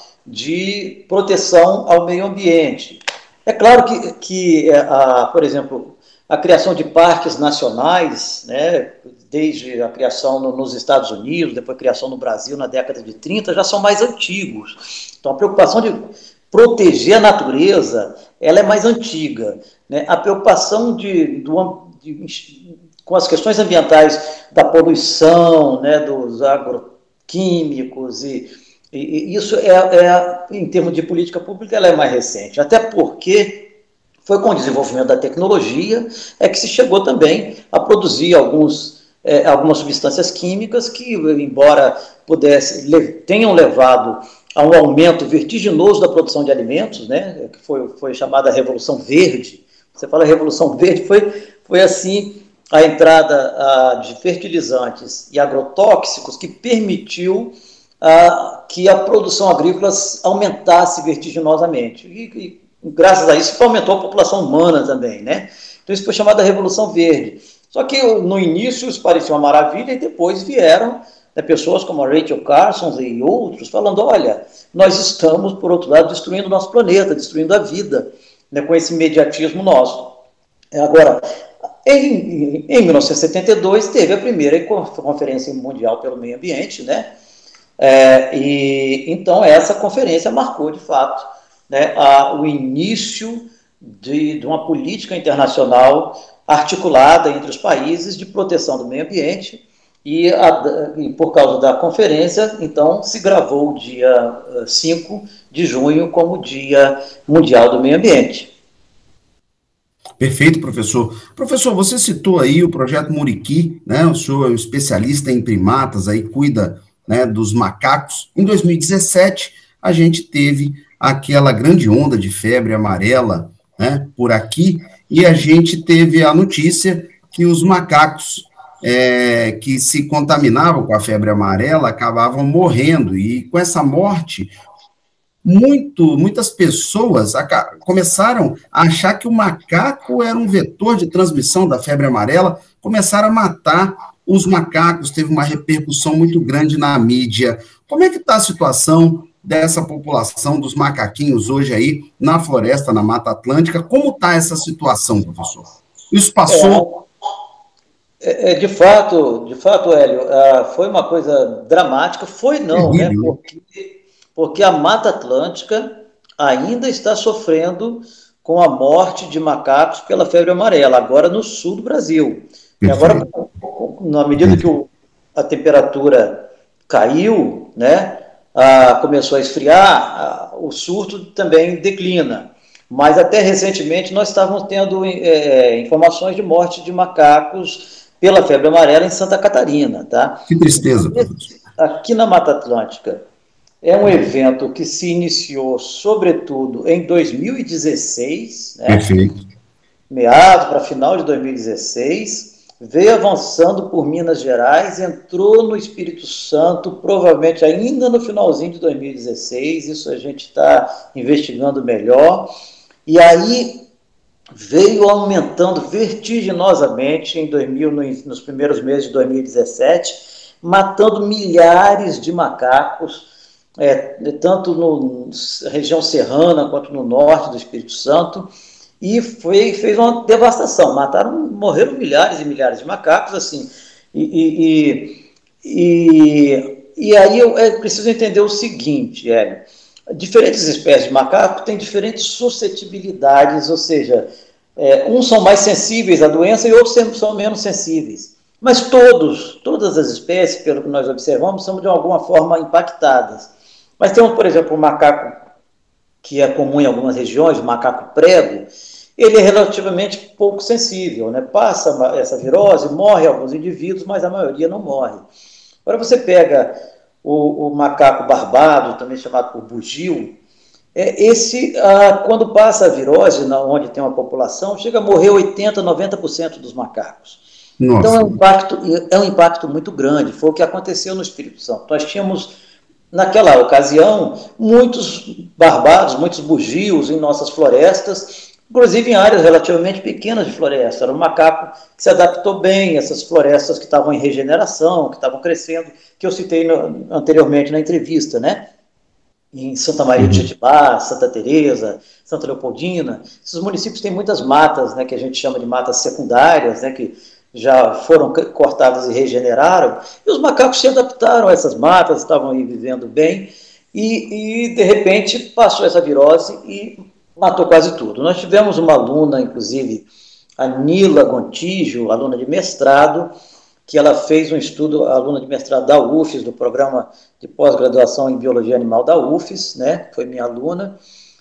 de proteção ao meio ambiente. É claro que, que a, por exemplo, a criação de parques nacionais, né, desde a criação no, nos Estados Unidos, depois a criação no Brasil na década de trinta, já são mais antigos. Então a preocupação de proteger a natureza, ela é mais antiga, né? A preocupação de, do, de com as questões ambientais da poluição, né, dos agroquímicos, e, e, e isso é, é, em termos de política pública, ela é mais recente, até porque foi com o desenvolvimento da tecnologia é que se chegou também a produzir alguns, é, algumas substâncias químicas que, embora pudesse, le, tenham levado a um aumento vertiginoso da produção de alimentos, né, que foi, foi chamada Revolução Verde. Você fala Revolução Verde, foi, foi assim... a entrada uh, de fertilizantes e agrotóxicos que permitiu uh, que a produção agrícola aumentasse vertiginosamente. E, e graças a isso aumentou a população humana também, né? Então isso foi chamado de Revolução Verde. Só que no início isso parecia uma maravilha e depois vieram, né, pessoas como a Rachel Carson e outros falando, olha, nós estamos, por outro lado, destruindo o nosso planeta, destruindo a vida, né, com esse imediatismo nosso. Agora, Em, em mil novecentos e setenta e dois, teve a primeira Conferência Mundial pelo Meio Ambiente, né? É, e, então, essa conferência marcou, de fato, né, a, o início de, de uma política internacional articulada entre os países de proteção do meio ambiente, e, a, e por causa da conferência, então, se gravou o dia cinco de junho como Dia Mundial do Meio Ambiente. Perfeito, professor. Professor, você citou aí o projeto Muriqui, né? O senhor é um especialista em primatas, aí cuida, né, dos macacos. Em dois mil e dezessete, a gente teve aquela grande onda de febre amarela, né, por aqui, e a gente teve a notícia que os macacos é, que se contaminavam com a febre amarela acabavam morrendo, e com essa morte... Muito, muitas pessoas começaram a achar que o macaco era um vetor de transmissão da febre amarela, começaram a matar os macacos, teve uma repercussão muito grande na mídia. Como é que está a situação dessa população dos macaquinhos hoje aí na floresta, na Mata Atlântica? Como está essa situação, professor? Isso passou... É, é, de fato, de fato, Hélio, foi uma coisa dramática, foi não, né? Porque... porque a Mata Atlântica ainda está sofrendo com a morte de macacos pela febre amarela, agora no sul do Brasil. E agora, na medida que o, a temperatura caiu, né, a, começou a esfriar, a, o surto também declina. Mas até recentemente nós estávamos tendo é, informações de morte de macacos pela febre amarela em Santa Catarina. Tá? Que tristeza, professor. Aqui na Mata Atlântica, é um evento que se iniciou, sobretudo, em dois mil e dezesseis, né? Perfeito. Meados para final de dois mil e dezesseis, veio avançando por Minas Gerais, entrou no Espírito Santo, provavelmente ainda no finalzinho de dois mil e dezesseis, isso a gente está investigando melhor, e aí veio aumentando vertiginosamente em dois mil, nos primeiros meses de dois mil e dezessete, matando milhares de macacos, é, tanto na região serrana quanto no norte do Espírito Santo, e foi, fez uma devastação. Mataram, morreram milhares e milhares de macacos, assim, e, e, e, e aí é preciso entender o seguinte, Hélio, diferentes espécies de macaco têm diferentes suscetibilidades, ou seja, é, uns são mais sensíveis à doença e outros são menos sensíveis. Mas todos, todas as espécies, pelo que nós observamos, são de alguma forma impactadas. Mas temos, por exemplo, o macaco que é comum em algumas regiões, o macaco prego, ele é relativamente pouco sensível, né? Passa essa virose, morre alguns indivíduos, mas a maioria não morre. Agora você pega o, o macaco barbado, também chamado por bugio, é, esse, ah, quando passa a virose, na, onde tem uma população, chega a morrer oitenta por cento, noventa por cento dos macacos. Nossa. Então é um, impacto, é um impacto muito grande, foi o que aconteceu no Espírito Santo. Nós tínhamos, naquela ocasião, muitos barbados, muitos bugios em nossas florestas, inclusive em áreas relativamente pequenas de floresta. Era um macaco que se adaptou bem a essas florestas que estavam em regeneração, que estavam crescendo, que eu citei no, anteriormente na entrevista, né? Em Santa Maria de Jetibá, Santa Teresa, Santa Leopoldina. Esses municípios têm muitas matas, né, que a gente chama de matas secundárias, né, que já foram cortadas e regeneraram, e os macacos se adaptaram a essas matas, estavam aí vivendo bem, e, e de repente passou essa virose e matou quase tudo. Nós tivemos uma aluna, inclusive, a Nila Gontijo, aluna de mestrado, que ela fez um estudo, aluna de mestrado da U F E S, do programa de pós-graduação em Biologia Animal da U F E S, né, foi minha aluna,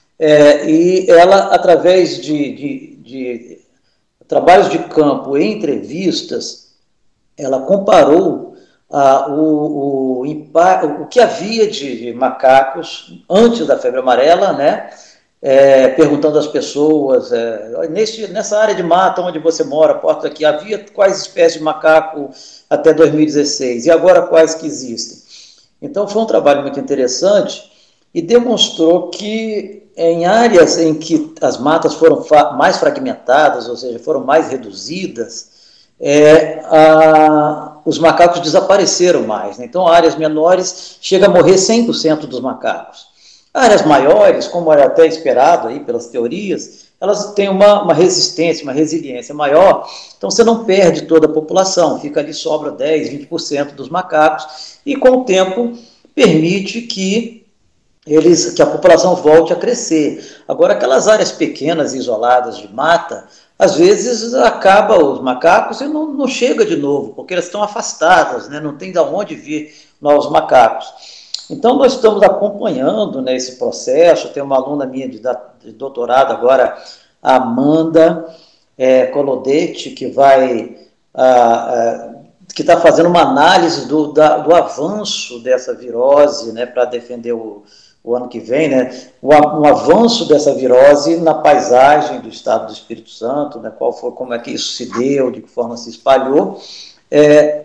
é, e ela, através de, de, de trabalhos de campo e entrevistas, ela comparou ah, o, o, o que havia de, de macacos antes da febre amarela, né, É, perguntando às pessoas, é, nesse, nessa área de mata onde você mora, porta aqui, havia quais espécies de macaco até dois mil e dezesseis, e agora quais que existem? Então foi um trabalho muito interessante e demonstrou que em áreas em que as matas foram fa- mais fragmentadas, ou seja, foram mais reduzidas, é, a, os macacos desapareceram mais, né? Então áreas menores chega a morrer cem por cento dos macacos. Áreas maiores, como era até esperado aí pelas teorias, elas têm uma, uma resistência, uma resiliência maior, então você não perde toda a população, fica ali, sobra dez, vinte por cento dos macacos, e com o tempo permite que, eles, que a população volte a crescer. Agora, aquelas áreas pequenas, isoladas de mata, às vezes acaba os macacos e não, não chega de novo, porque elas estão afastadas, né? Não tem de onde vir novos macacos. Então, nós estamos acompanhando, né, esse processo. Tem uma aluna minha de, de doutorado agora, a Amanda é, Colodete, que vai, ah, ah, que está fazendo uma análise do, da, do avanço dessa virose, né, para defender o, o ano que vem, né, o, um avanço dessa virose na paisagem do estado do Espírito Santo, né, qual foi, como é que isso se deu, de que forma se espalhou. É,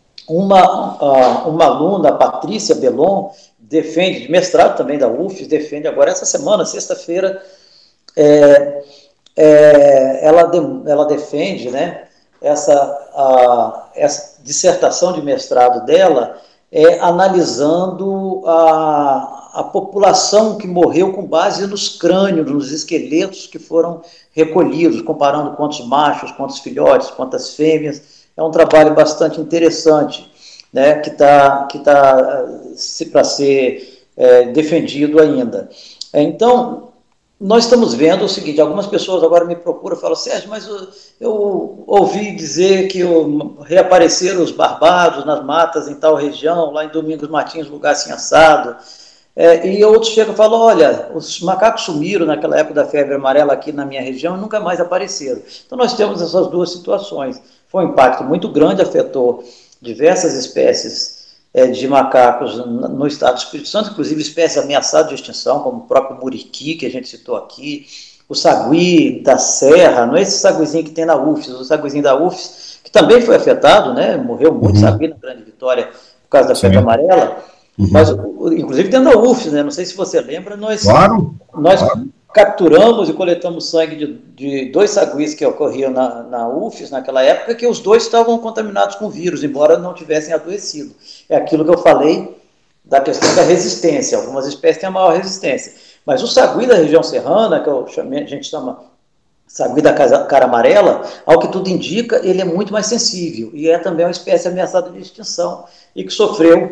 Uma, uma aluna, a Patrícia Belon, defende, de mestrado também da U F E S, defende agora, essa semana, sexta-feira, é, é, ela, de, ela defende, né, essa, a, essa dissertação de mestrado dela, é, analisando a, a população que morreu com base nos crânios, nos esqueletos que foram recolhidos, comparando quantos machos, quantos filhotes, quantas fêmeas. É um trabalho bastante interessante, né, que está que tá, para ser é, defendido ainda. É, então, nós estamos vendo o seguinte, algumas pessoas agora me procuram e falam, Sérgio, mas eu, eu ouvi dizer que eu, reapareceram os barbados nas matas em tal região, lá em Domingos Martins, lugar assim assado. É, e outros chegam e falam, olha, os macacos sumiram naquela época da febre amarela aqui na minha região e nunca mais apareceram. Então, nós temos essas duas situações. Foi um impacto muito grande, afetou diversas espécies é, de macacos no, no estado do Espírito Santo, inclusive espécies ameaçadas de extinção, como o próprio muriqui, que a gente citou aqui, o sagui da serra, não é esse saguizinho que tem na U F E S, o saguizinho da U F E S, que também foi afetado, né? Morreu muito uhum. sagui na Grande Vitória por causa da febre amarela, uhum. mas inclusive dentro da U F E S, né? Não sei se você lembra, nós, claro, nós claro. capturamos e coletamos sangue de, de dois saguis que ocorriam na, na U F E S naquela época, que os dois estavam contaminados com vírus, embora não tivessem adoecido. É aquilo que eu falei da questão da resistência. Algumas espécies têm a maior resistência. Mas o sagui da região serrana, que eu chame, a gente chama sagui da cara amarela, ao que tudo indica, ele é muito mais sensível e é também uma espécie ameaçada de extinção e que sofreu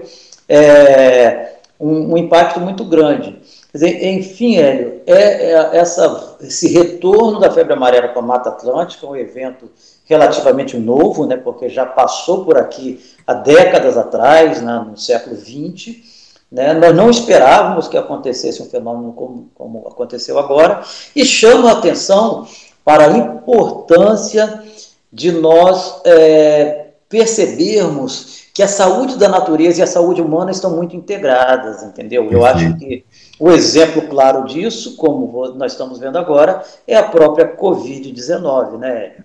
é, um, um impacto muito grande. Quer dizer, enfim, Hélio, é, é essa, esse retorno da febre amarela para a Mata Atlântica, um evento relativamente novo, né, porque já passou por aqui há décadas atrás, né, no século vinte, né, nós não esperávamos que acontecesse um fenômeno como, como aconteceu agora, e chama a atenção para a importância de nós é, percebermos que a saúde da natureza e a saúde humana estão muito integradas, entendeu? Eu acho que o exemplo claro disso, como nós estamos vendo agora, é a própria covid dezenove, né?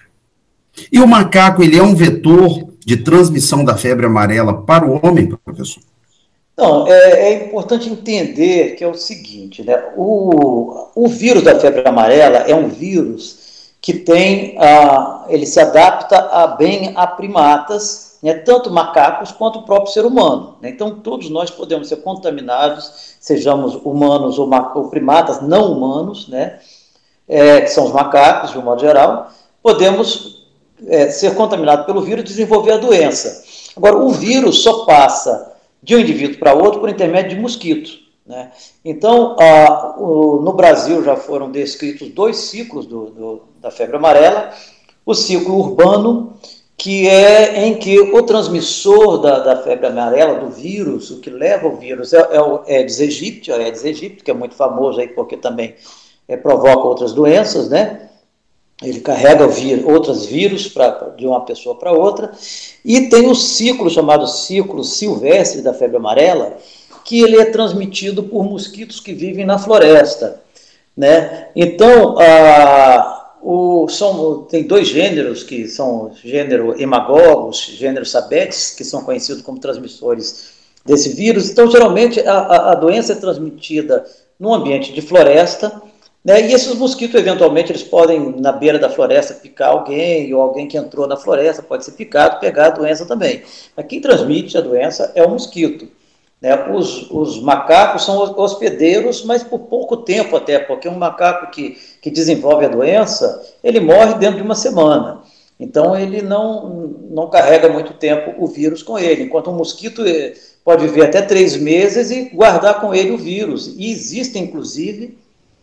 E o macaco, ele é um vetor de transmissão da febre amarela para o homem, professor? Não, é, é importante entender que é o seguinte, né? O, o vírus da febre amarela é um vírus que tem, a, ele se adapta a, bem a primatas, né, tanto macacos quanto o próprio ser humano. Né? Então, todos nós podemos ser contaminados, sejamos humanos ou, ou primatas não humanos, né, é, que são os macacos, de um modo geral, podemos é, ser contaminados pelo vírus e desenvolver a doença. Agora, o vírus só passa de um indivíduo para outro por intermédio de mosquito. Né? Então, a, o, no Brasil já foram descritos dois ciclos do, do, da febre amarela, o ciclo urbano, que é em que o transmissor da, da febre amarela, do vírus, o que leva o vírus, é, é o Aedes aegypti, a Aedes aegypti, que é muito famoso aí porque também é, provoca outras doenças, né? Ele carrega o vírus, outros vírus pra, de uma pessoa para outra, e tem o ciclo chamado ciclo silvestre da febre amarela, que ele é transmitido por mosquitos que vivem na floresta, né? Então, a O, são, tem dois gêneros, que são o gênero Hemagogos, gênero Sabetes, que são conhecidos como transmissores desse vírus. Então, geralmente, a, a doença é transmitida num ambiente de floresta, né, e esses mosquitos, eventualmente, eles podem, na beira da floresta, picar alguém, ou alguém que entrou na floresta pode ser picado, pegar a doença também. Mas quem transmite a doença é o mosquito. Né? Os, os macacos são hospedeiros, mas por pouco tempo até, porque um macaco que, que desenvolve a doença, ele morre dentro de uma semana. Então, ele não, não carrega muito tempo o vírus com ele, enquanto um mosquito pode viver até três meses e guardar com ele o vírus. E existem, inclusive,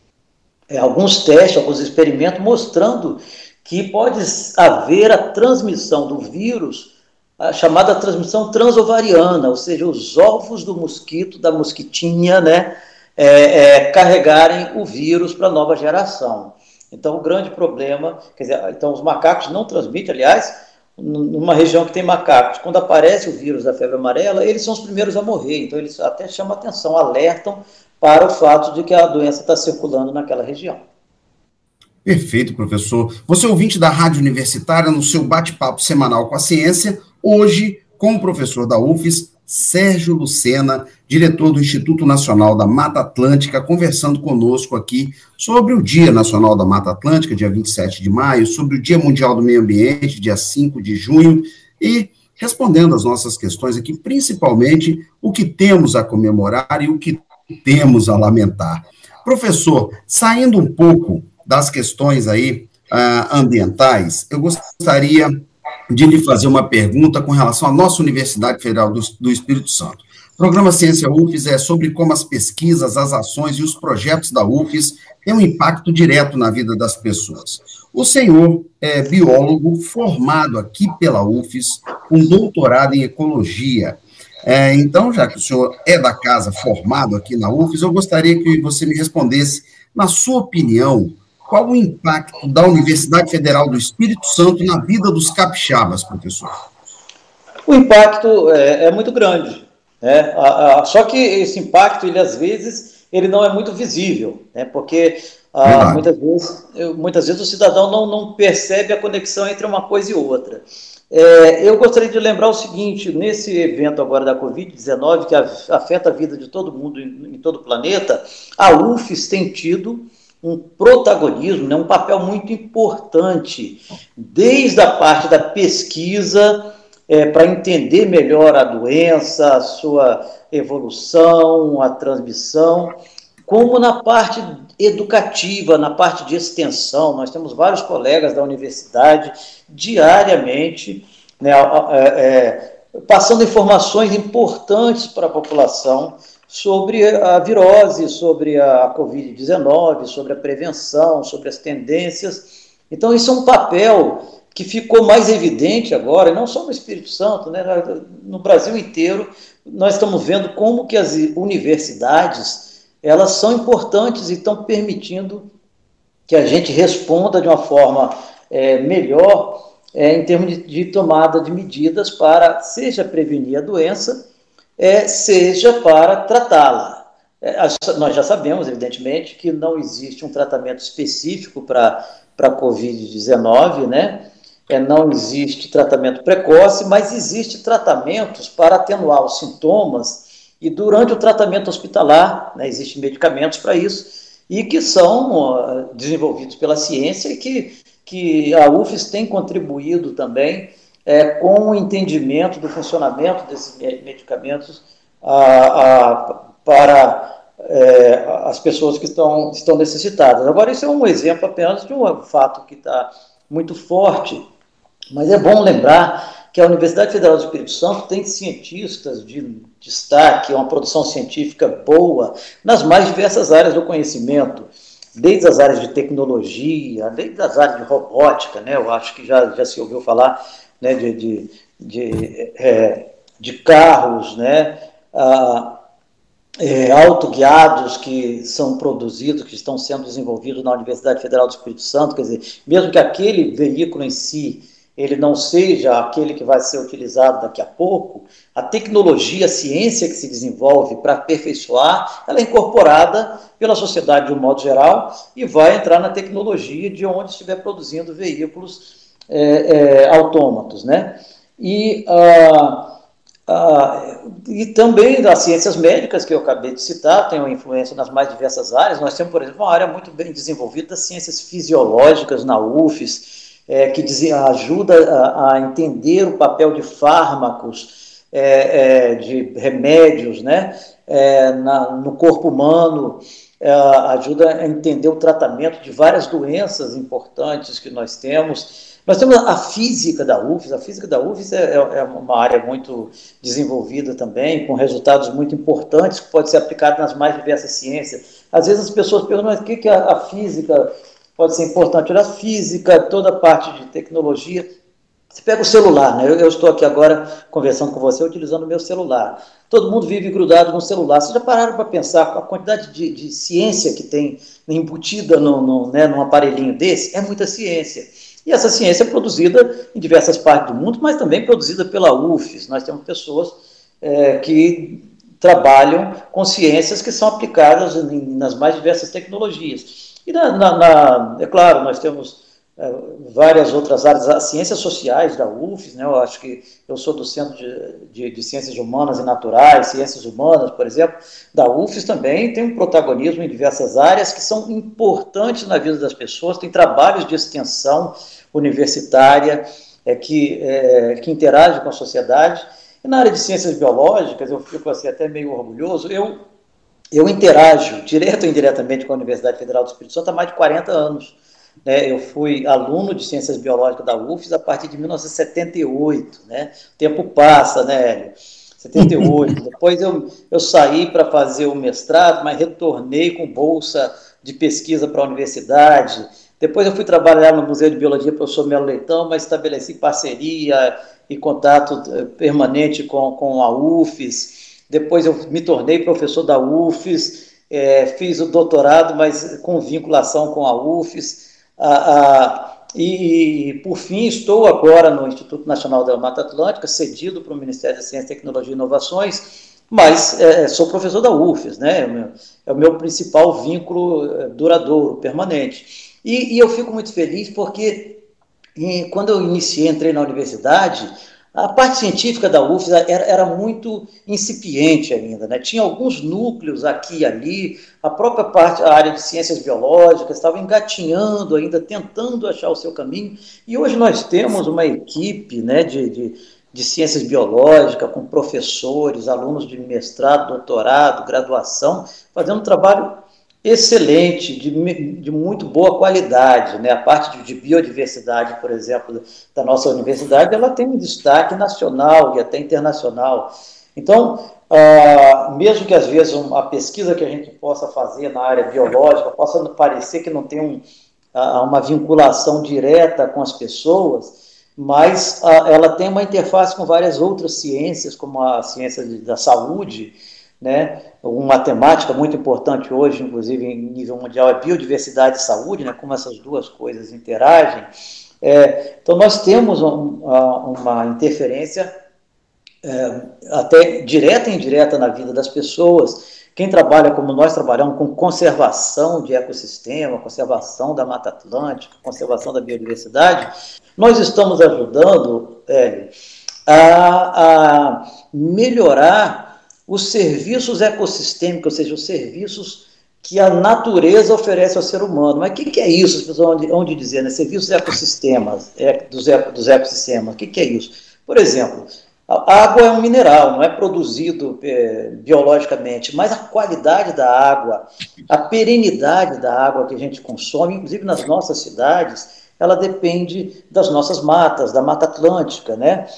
é, alguns testes, alguns experimentos mostrando que pode haver a transmissão do vírus, a chamada transmissão transovariana, ou seja, os ovos do mosquito, da mosquitinha, né, é, é, carregarem o vírus para a nova geração. Então, o grande problema, quer dizer, então os macacos não transmitem, aliás, numa região que tem macacos, quando aparece o vírus da febre amarela, eles são os primeiros a morrer, então eles até chamam atenção, alertam para o fato de que a doença está circulando naquela região. Perfeito, professor. Você é ouvinte da Rádio Universitária no seu bate-papo semanal com a ciência, hoje com o professor da U F E S, Sérgio Lucena, diretor do Instituto Nacional da Mata Atlântica, conversando conosco aqui sobre o Dia Nacional da Mata Atlântica, dia vinte e sete de maio, sobre o Dia Mundial do Meio Ambiente, dia cinco de junho, e respondendo as nossas questões aqui, principalmente o que temos a comemorar e o que temos a lamentar. Professor, saindo um pouco das questões aí uh, ambientais, eu gostaria de lhe fazer uma pergunta com relação à nossa Universidade Federal do, do Espírito Santo. O programa Ciência U F E S é sobre como as pesquisas, as ações e os projetos da U F E S têm um impacto direto na vida das pessoas. O senhor é biólogo formado aqui pela U F E S, com doutorado em ecologia. É, então, já que o senhor é da casa, formado aqui na U F E S, eu gostaria que você me respondesse, na sua opinião, qual o impacto da Universidade Federal do Espírito Santo na vida dos capixabas, professor? O impacto é, é muito grande, né? A, a, só que esse impacto, ele às vezes, ele não é muito visível, né? Porque a, muitas, vezes, muitas vezes o cidadão não, não percebe a conexão entre uma coisa e outra. É, eu gostaria de lembrar o seguinte, nesse evento agora da covid dezenove, que afeta a vida de todo mundo em, em todo o planeta, a U F E S tem tido um protagonismo, né, um papel muito importante, desde a parte da pesquisa, é, para entender melhor a doença, a sua evolução, a transmissão, como na parte educativa, na parte de extensão. Nós temos vários colegas da universidade diariamente, né, é, é, passando informações importantes para a população sobre a virose, sobre a covid dezenove, sobre a prevenção, sobre as tendências. Então, isso é um papel que ficou mais evidente agora, não só no Espírito Santo, né, no Brasil inteiro. Nós estamos vendo como que as universidades, elas são importantes e estão permitindo que a gente responda de uma forma é, melhor é, em termos de, de tomada de medidas para, seja prevenir a doença, é, seja para tratá-la. É, nós já sabemos, evidentemente, que não existe um tratamento específico para a covid dezenove, né? É, não existe tratamento precoce, mas existe tratamentos para atenuar os sintomas e durante o tratamento hospitalar, né, existem medicamentos para isso, e que são uh, desenvolvidos pela ciência e que, que a U F S tem contribuído também é, com o entendimento do funcionamento desses medicamentos a, a, para é, as pessoas que estão, estão necessitadas. Agora, isso é um exemplo apenas de um fato que está muito forte, mas é bom lembrar que a Universidade Federal do Espírito Santo tem cientistas de destaque, uma produção científica boa nas mais diversas áreas do conhecimento, desde as áreas de tecnologia, desde as áreas de robótica, né? Eu acho que já, já se ouviu falar, né, de, de, de, é, de carros, né, ah, é, autoguiados que são produzidos, que estão sendo desenvolvidos na Universidade Federal do Espírito Santo. Quer dizer, mesmo que aquele veículo em si ele não seja aquele que vai ser utilizado daqui a pouco, a tecnologia, a ciência que se desenvolve para aperfeiçoar, ela é incorporada pela sociedade de um modo geral e vai entrar na tecnologia de onde estiver produzindo veículos é, é, autômatos, né? E, ah, ah, e também das ciências médicas, que eu acabei de citar, tem uma influência nas mais diversas áreas. Nós temos, por exemplo, uma área muito bem desenvolvida das ciências fisiológicas na U F S, É, que diz, ajuda a, a entender o papel de fármacos, é, é, de remédios, né, é, na, no corpo humano, é, ajuda a entender o tratamento de várias doenças importantes que nós temos. Nós temos a física da U F S, a física da U F S é, é uma área muito desenvolvida também, com resultados muito importantes, que pode ser aplicado nas mais diversas ciências. Às vezes as pessoas perguntam, mas o que é a, a física pode ser importante? Olha, a física, toda a parte de tecnologia. Você pega o celular, né? Eu, eu estou aqui agora conversando com você, utilizando o meu celular. Todo mundo vive grudado no celular. Vocês já pararam para pensar a quantidade de, de ciência que tem embutida no, no, né, num aparelhinho desse? É muita ciência. E essa ciência é produzida em diversas partes do mundo, mas também produzida pela U F S. Nós temos pessoas é, que trabalham com ciências que são aplicadas em, nas mais diversas tecnologias. E, na, na, na, é claro, nós temos é, várias outras áreas, as ciências sociais da U F S, né? Eu acho que eu sou do Centro de, de, de Ciências Humanas e Naturais, Ciências Humanas, por exemplo, da U F S também tem um protagonismo em diversas áreas que são importantes na vida das pessoas, tem trabalhos de extensão universitária é, que, é, que interagem com a sociedade. E na área de ciências biológicas, eu fico assim, até meio orgulhoso, eu Eu interajo, direto ou indiretamente, com a Universidade Federal do Espírito Santo há mais de quarenta anos. Né? Eu fui aluno de Ciências Biológicas da U F S a partir de mil novecentos e setenta e oito. Né? O tempo passa, né, Hélio? setenta e oito. Depois eu, eu saí para fazer o mestrado, mas retornei com bolsa de pesquisa para a universidade. Depois eu fui trabalhar no Museu de Biologia Professor Melo Leitão, mas estabeleci parceria e contato permanente com, com a U F S. Depois eu me tornei professor da U F S, é, fiz o doutorado, mas com vinculação com a U F S, a, a, e, por fim, estou agora no Instituto Nacional da Mata Atlântica, cedido para o Ministério da Ciência, Tecnologia e Inovações, mas é, sou professor da U F S, né? É o meu, é o meu principal vínculo duradouro, permanente. E, e eu fico muito feliz porque, em, quando eu iniciei, entrei na universidade, A parte científica da U F S A era, era muito incipiente ainda, né? Tinha alguns núcleos aqui e ali, a própria parte, a área de ciências biológicas estava engatinhando ainda, tentando achar o seu caminho, e hoje nós temos uma equipe, né, de, de, de ciências biológicas, com professores, alunos de mestrado, doutorado, graduação, fazendo um trabalho excelente, de, de muito boa qualidade, né? A parte de, de biodiversidade, por exemplo, da nossa universidade, ela tem um destaque nacional e até internacional. Então, ah, mesmo que às vezes a pesquisa que a gente possa fazer na área biológica possa parecer que não tem um, ah, uma vinculação direta com as pessoas, mas ah, ela tem uma interface com várias outras ciências, como a ciência de, da saúde, né? Uma temática muito importante hoje, inclusive em nível mundial, é biodiversidade e saúde, né? Como essas duas coisas interagem. É, então, nós temos um, uma interferência é, até direta e indireta na vida das pessoas. Quem trabalha como nós trabalhamos com conservação de ecossistema, conservação da Mata Atlântica, conservação da biodiversidade, nós estamos ajudando é, a, a melhorar os serviços ecossistêmicos, ou seja, os serviços que a natureza oferece ao ser humano. Mas o que, que é isso? As pessoas vão de dizer, né? Serviços ecossistemas, é, dos, eco, dos ecossistemas. O que, que é isso? Por exemplo, a água é um mineral, não é produzido é, biologicamente, mas a qualidade da água, a perenidade da água que a gente consome, inclusive nas nossas cidades, ela depende das nossas matas, da Mata Atlântica, né?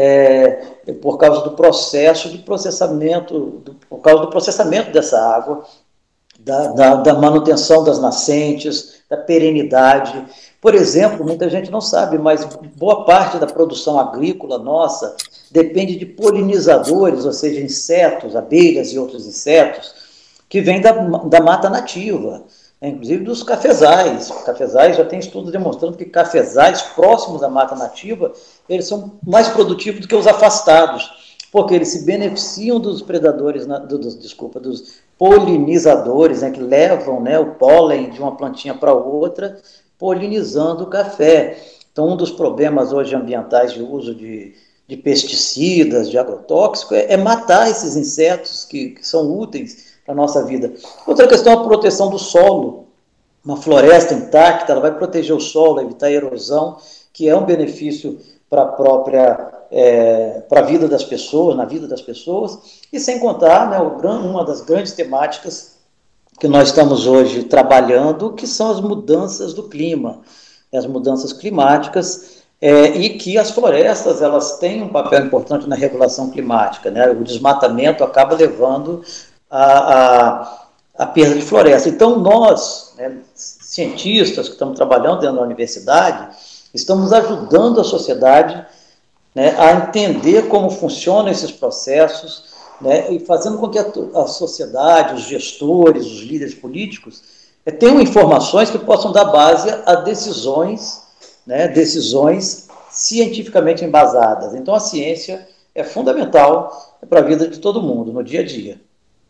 É, por causa do processo de processamento, do, por causa do processamento dessa água, da, da, da manutenção das nascentes, da perenidade. Por exemplo, muita gente não sabe, mas boa parte da produção agrícola nossa depende de polinizadores, ou seja, insetos, abelhas e outros insetos, que vêm da, da mata nativa, né, inclusive dos cafezais. Cafezais, já tem estudos demonstrando que cafezais próximos à mata nativa, eles são mais produtivos do que os afastados, porque eles se beneficiam dos predadores, do, dos, desculpa, dos polinizadores, né, que levam, né, o pólen de uma plantinha para outra, polinizando o café. Então, um dos problemas hoje ambientais de uso de, de pesticidas, de agrotóxicos, é, é matar esses insetos que, que são úteis para a nossa vida. Outra questão é a proteção do solo. Uma floresta intacta, ela vai proteger o solo, evitar a erosão, que é um benefício para a própria, é, para a vida das pessoas, na vida das pessoas, e sem contar, né, uma das grandes temáticas que nós estamos hoje trabalhando, que são as mudanças do clima, as mudanças climáticas, é, e que as florestas, elas têm um papel importante na regulação climática, né? O desmatamento acaba levando a, a, a perda de floresta. Então, nós, né, cientistas que estamos trabalhando dentro da universidade, estamos ajudando a sociedade, né, a entender como funcionam esses processos, né, e fazendo com que a, a sociedade, os gestores, os líderes políticos, é, tenham informações que possam dar base a decisões, né, decisões cientificamente embasadas. Então, a ciência é fundamental para a vida de todo mundo, no dia a dia.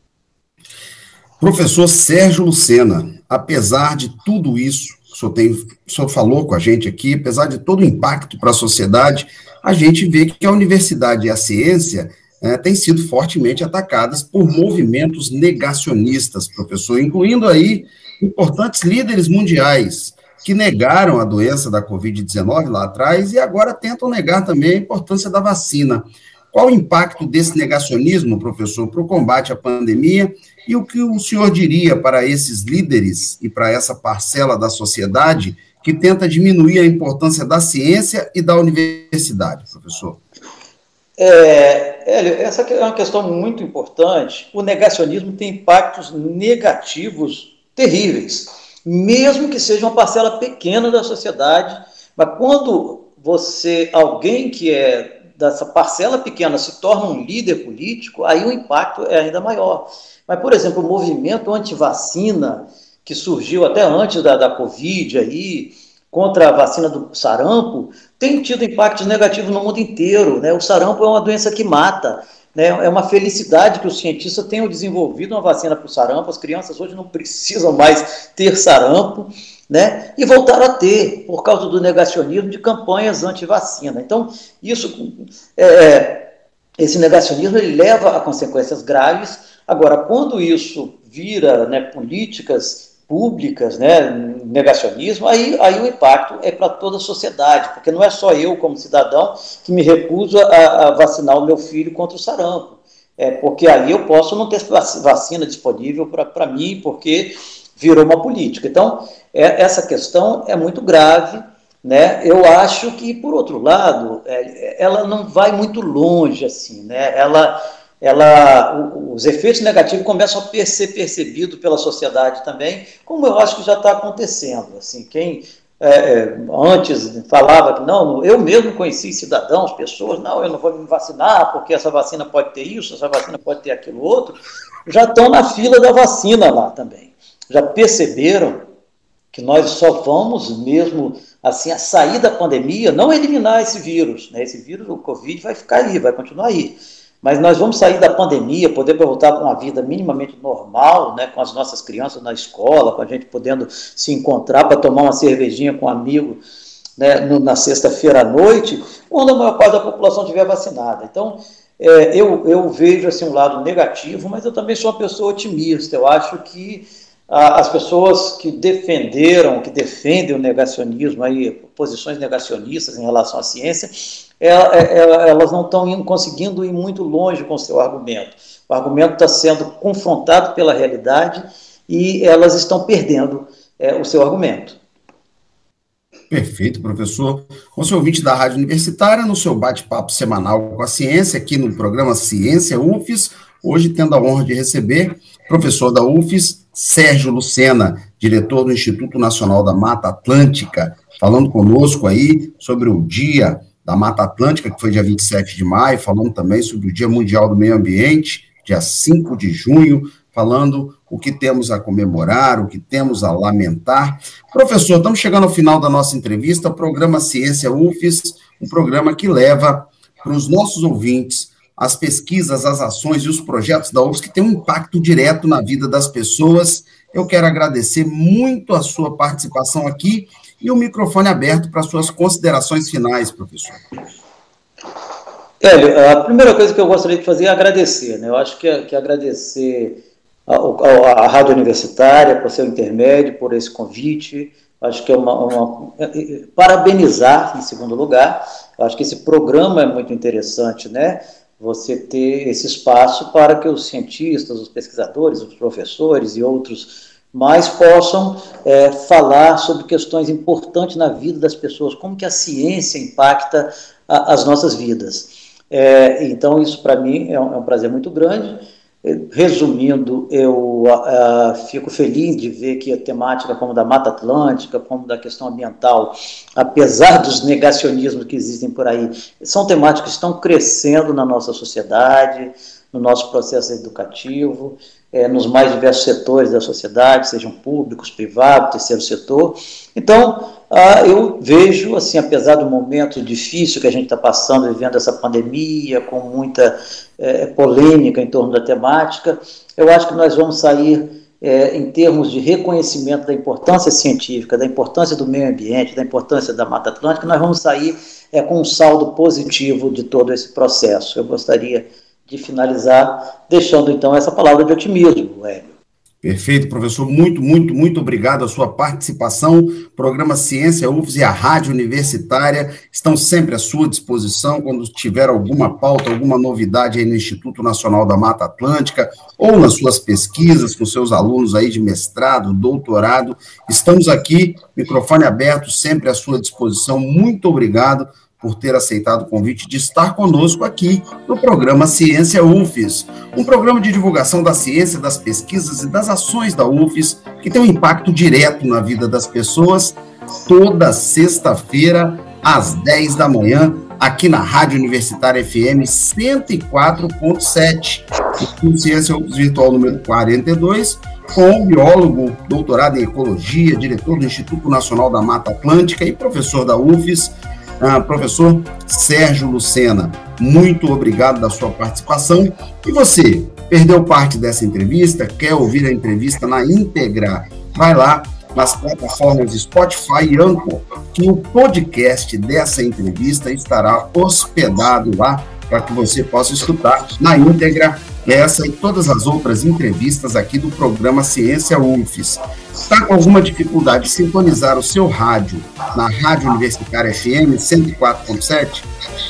Professor Sérgio Lucena, apesar de tudo isso, o senhor, tem, o senhor falou com a gente aqui, apesar de todo o impacto para a sociedade, a gente vê que a universidade e a ciência é, têm sido fortemente atacadas por movimentos negacionistas, professor, incluindo aí importantes líderes mundiais que negaram a doença da covid dezenove lá atrás e agora tentam negar também a importância da vacina. Qual o impacto desse negacionismo, professor, para o combate à pandemia e o que o senhor diria para esses líderes e para essa parcela da sociedade que tenta diminuir a importância da ciência e da universidade, professor? É, Hélio, essa é uma questão muito importante. O negacionismo tem impactos negativos terríveis, mesmo que seja uma parcela pequena da sociedade, mas quando você, alguém que é dessa parcela pequena se torna um líder político, aí o impacto é ainda maior. Mas, por exemplo, o movimento anti-vacina, que surgiu até antes da, da Covid, aí, contra a vacina do sarampo, tem tido impactos negativos no mundo inteiro, né? O sarampo é uma doença que mata, né? É uma felicidade que os cientistas tenham desenvolvido uma vacina para o sarampo. As crianças hoje não precisam mais ter sarampo, né? E voltaram a ter, por causa do negacionismo de campanhas anti-vacina. Então, isso, é, esse negacionismo ele leva a consequências graves. Agora, quando isso vira, né, políticas públicas, né, negacionismo, aí, aí o impacto é para toda a sociedade, porque não é só eu, como cidadão, que me recuso a, a vacinar o meu filho contra o sarampo, é, porque aí eu posso não ter vacina disponível para mim, porque virou uma política. Então, é, essa questão é muito grave, né? Eu acho que, por outro lado, é, ela não vai muito longe, assim, né? Ela... Ela, os efeitos negativos começam a ser percebidos pela sociedade também, como eu acho que já está acontecendo. Assim, quem é, antes falava que não, eu mesmo conheci cidadãos, pessoas, não, eu não vou me vacinar porque essa vacina pode ter isso, essa vacina pode ter aquilo outro, já estão na fila da vacina lá também. Já perceberam que nós só vamos mesmo assim a sair da pandemia, não eliminar esse vírus, né? Esse vírus, o Covid, vai ficar aí, vai continuar aí. Mas nós vamos sair da pandemia, poder voltar para uma vida minimamente normal, né, com as nossas crianças na escola, com a gente podendo se encontrar para tomar uma cervejinha com um amigo, né, no, na sexta-feira à noite, quando a maior parte da população estiver vacinada. Então, é, eu, eu vejo assim, um lado negativo, mas eu também sou uma pessoa otimista. Eu acho que a, as pessoas que defenderam, que defendem o negacionismo, aí, posições negacionistas em relação à ciência, elas não estão conseguindo ir muito longe com o seu argumento. O argumento está sendo confrontado pela realidade e elas estão perdendo é, o seu argumento. Perfeito, professor. Você é ouvinte da Rádio Universitária, no seu bate-papo semanal com a ciência, aqui no programa Ciência U F E S, hoje tendo a honra de receber o professor da U F E S, Sérgio Lucena, diretor do Instituto Nacional da Mata Atlântica, falando conosco aí sobre o Dia da Mata Atlântica, que foi dia vinte e sete de maio, falando também sobre o Dia Mundial do Meio Ambiente, dia cinco de junho, falando o que temos a comemorar, o que temos a lamentar. Professor, estamos chegando ao final da nossa entrevista, o programa Ciência U F E S, um programa que leva para os nossos ouvintes as pesquisas, as ações e os projetos da U F E S que têm um impacto direto na vida das pessoas. Eu quero agradecer muito a sua participação aqui e o microfone aberto para suas considerações finais, professor. Hélio, a primeira coisa que eu gostaria de fazer é agradecer, né? Eu acho que, é, que agradecer à Rádio Universitária por seu intermédio, por esse convite. Acho que é uma, uma... Parabenizar, em segundo lugar. Eu acho que esse programa é muito interessante, né? Você ter esse espaço para que os cientistas, os pesquisadores, os professores e outros mais possam é, falar sobre questões importantes na vida das pessoas, como que a ciência impacta a, as nossas vidas. É, então, isso para mim é um, é um prazer muito grande. Resumindo, eu a, a, fico feliz de ver que a temática como da Mata Atlântica, como da questão ambiental, apesar dos negacionismos que existem por aí, são temáticas que estão crescendo na nossa sociedade, no nosso processo educativo, é, nos mais diversos setores da sociedade, sejam públicos, privados, terceiro setor. Então, ah, eu vejo, assim, apesar do momento difícil que a gente está passando, vivendo essa pandemia, com muita é, polêmica em torno da temática, eu acho que nós vamos sair, é, em termos de reconhecimento da importância científica, da importância do meio ambiente, da importância da Mata Atlântica, nós vamos sair é, com um saldo positivo de todo esse processo. Eu gostaria de finalizar deixando, então, essa palavra de otimismo, Hélio. Perfeito, professor. Muito, muito, muito obrigado a sua participação. O programa Ciência U F E S e a Rádio Universitária estão sempre à sua disposição quando tiver alguma pauta, alguma novidade aí no Instituto Nacional da Mata Atlântica ou nas suas pesquisas com seus alunos aí de mestrado, doutorado. Estamos aqui, microfone aberto, sempre à sua disposição. Muito obrigado por ter aceitado o convite de estar conosco aqui no programa Ciência U F E S, um programa de divulgação da ciência, das pesquisas e das ações da U F E S, que tem um impacto direto na vida das pessoas, toda sexta-feira, às dez da manhã, aqui na Rádio Universitária F M cento e quatro ponto sete, no Ciência U F E S Virtual número quarenta e dois, com o biólogo, doutorado em Ecologia, diretor do Instituto Nacional da Mata Atlântica e professor da U F E S, Ah, professor Sérgio Lucena. Muito obrigado da sua participação. E você, perdeu parte dessa entrevista, quer ouvir a entrevista na íntegra? Vai lá nas plataformas Spotify e Anchor, que o podcast dessa entrevista estará hospedado lá para que você possa escutar na íntegra essa e todas as outras entrevistas aqui do programa Ciência U F E S. Está com alguma dificuldade de sintonizar o seu rádio na Rádio Universitária F M cento e quatro ponto sete?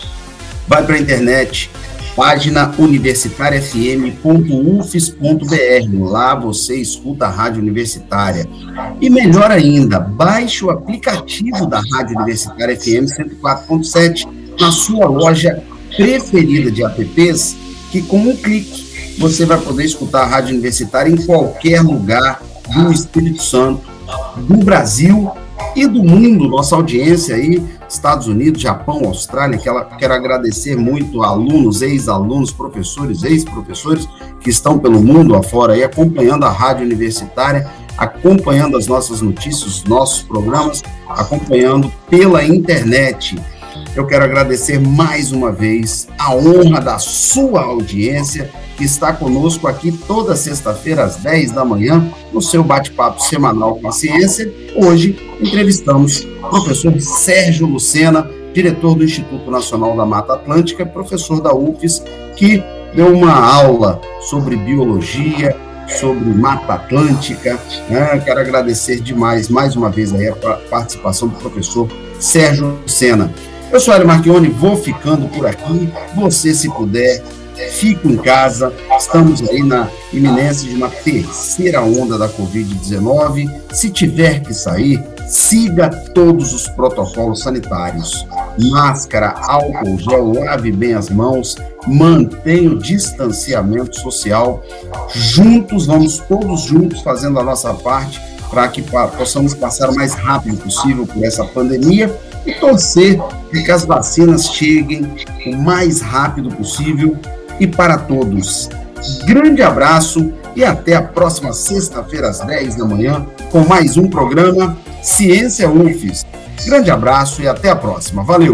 Vai para a internet, página universitária f m ponto u f e s ponto b r. Lá você escuta a Rádio Universitária. E melhor ainda, baixe o aplicativo da Rádio Universitária F M cento e quatro ponto sete na sua loja preferida de apps, que com um clique você vai poder escutar a Rádio Universitária em qualquer lugar do Espírito Santo, do Brasil e do mundo. Nossa audiência aí, Estados Unidos, Japão, Austrália, que ela, quero agradecer muito a alunos, ex-alunos, professores, ex-professores que estão pelo mundo afora aí acompanhando a Rádio Universitária, acompanhando as nossas notícias, os nossos programas, acompanhando pela internet. Eu quero agradecer mais uma vez a honra da sua audiência, que está conosco aqui toda sexta-feira às dez da manhã, no seu bate-papo semanal com a ciência. Hoje entrevistamos o professor Sérgio Lucena, diretor do Instituto Nacional da Mata Atlântica, professor da U F E S, que deu uma aula sobre biologia, sobre Mata Atlântica, né? Quero agradecer demais, mais uma vez, aí, a participação do professor Sérgio Lucena. Eu sou Hélio Marchione, vou ficando por aqui. Você, se puder, fique em casa. Estamos aí na iminência de uma terceira onda da covid dezenove. Se tiver que sair, siga todos os protocolos sanitários. Máscara, álcool gel, lave bem as mãos, mantenha o distanciamento social. Juntos, vamos todos juntos fazendo a nossa parte para que possamos passar o mais rápido possível por essa pandemia e torcer para que as vacinas cheguem o mais rápido possível e para todos. Grande abraço e até a próxima sexta-feira às dez da manhã com mais um programa Ciência U F E S. Grande abraço e até a próxima. Valeu!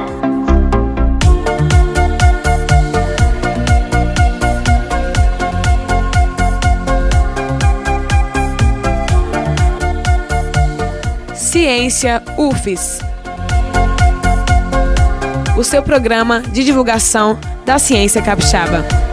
Ciência U F E S, o seu programa de divulgação da ciência capixaba.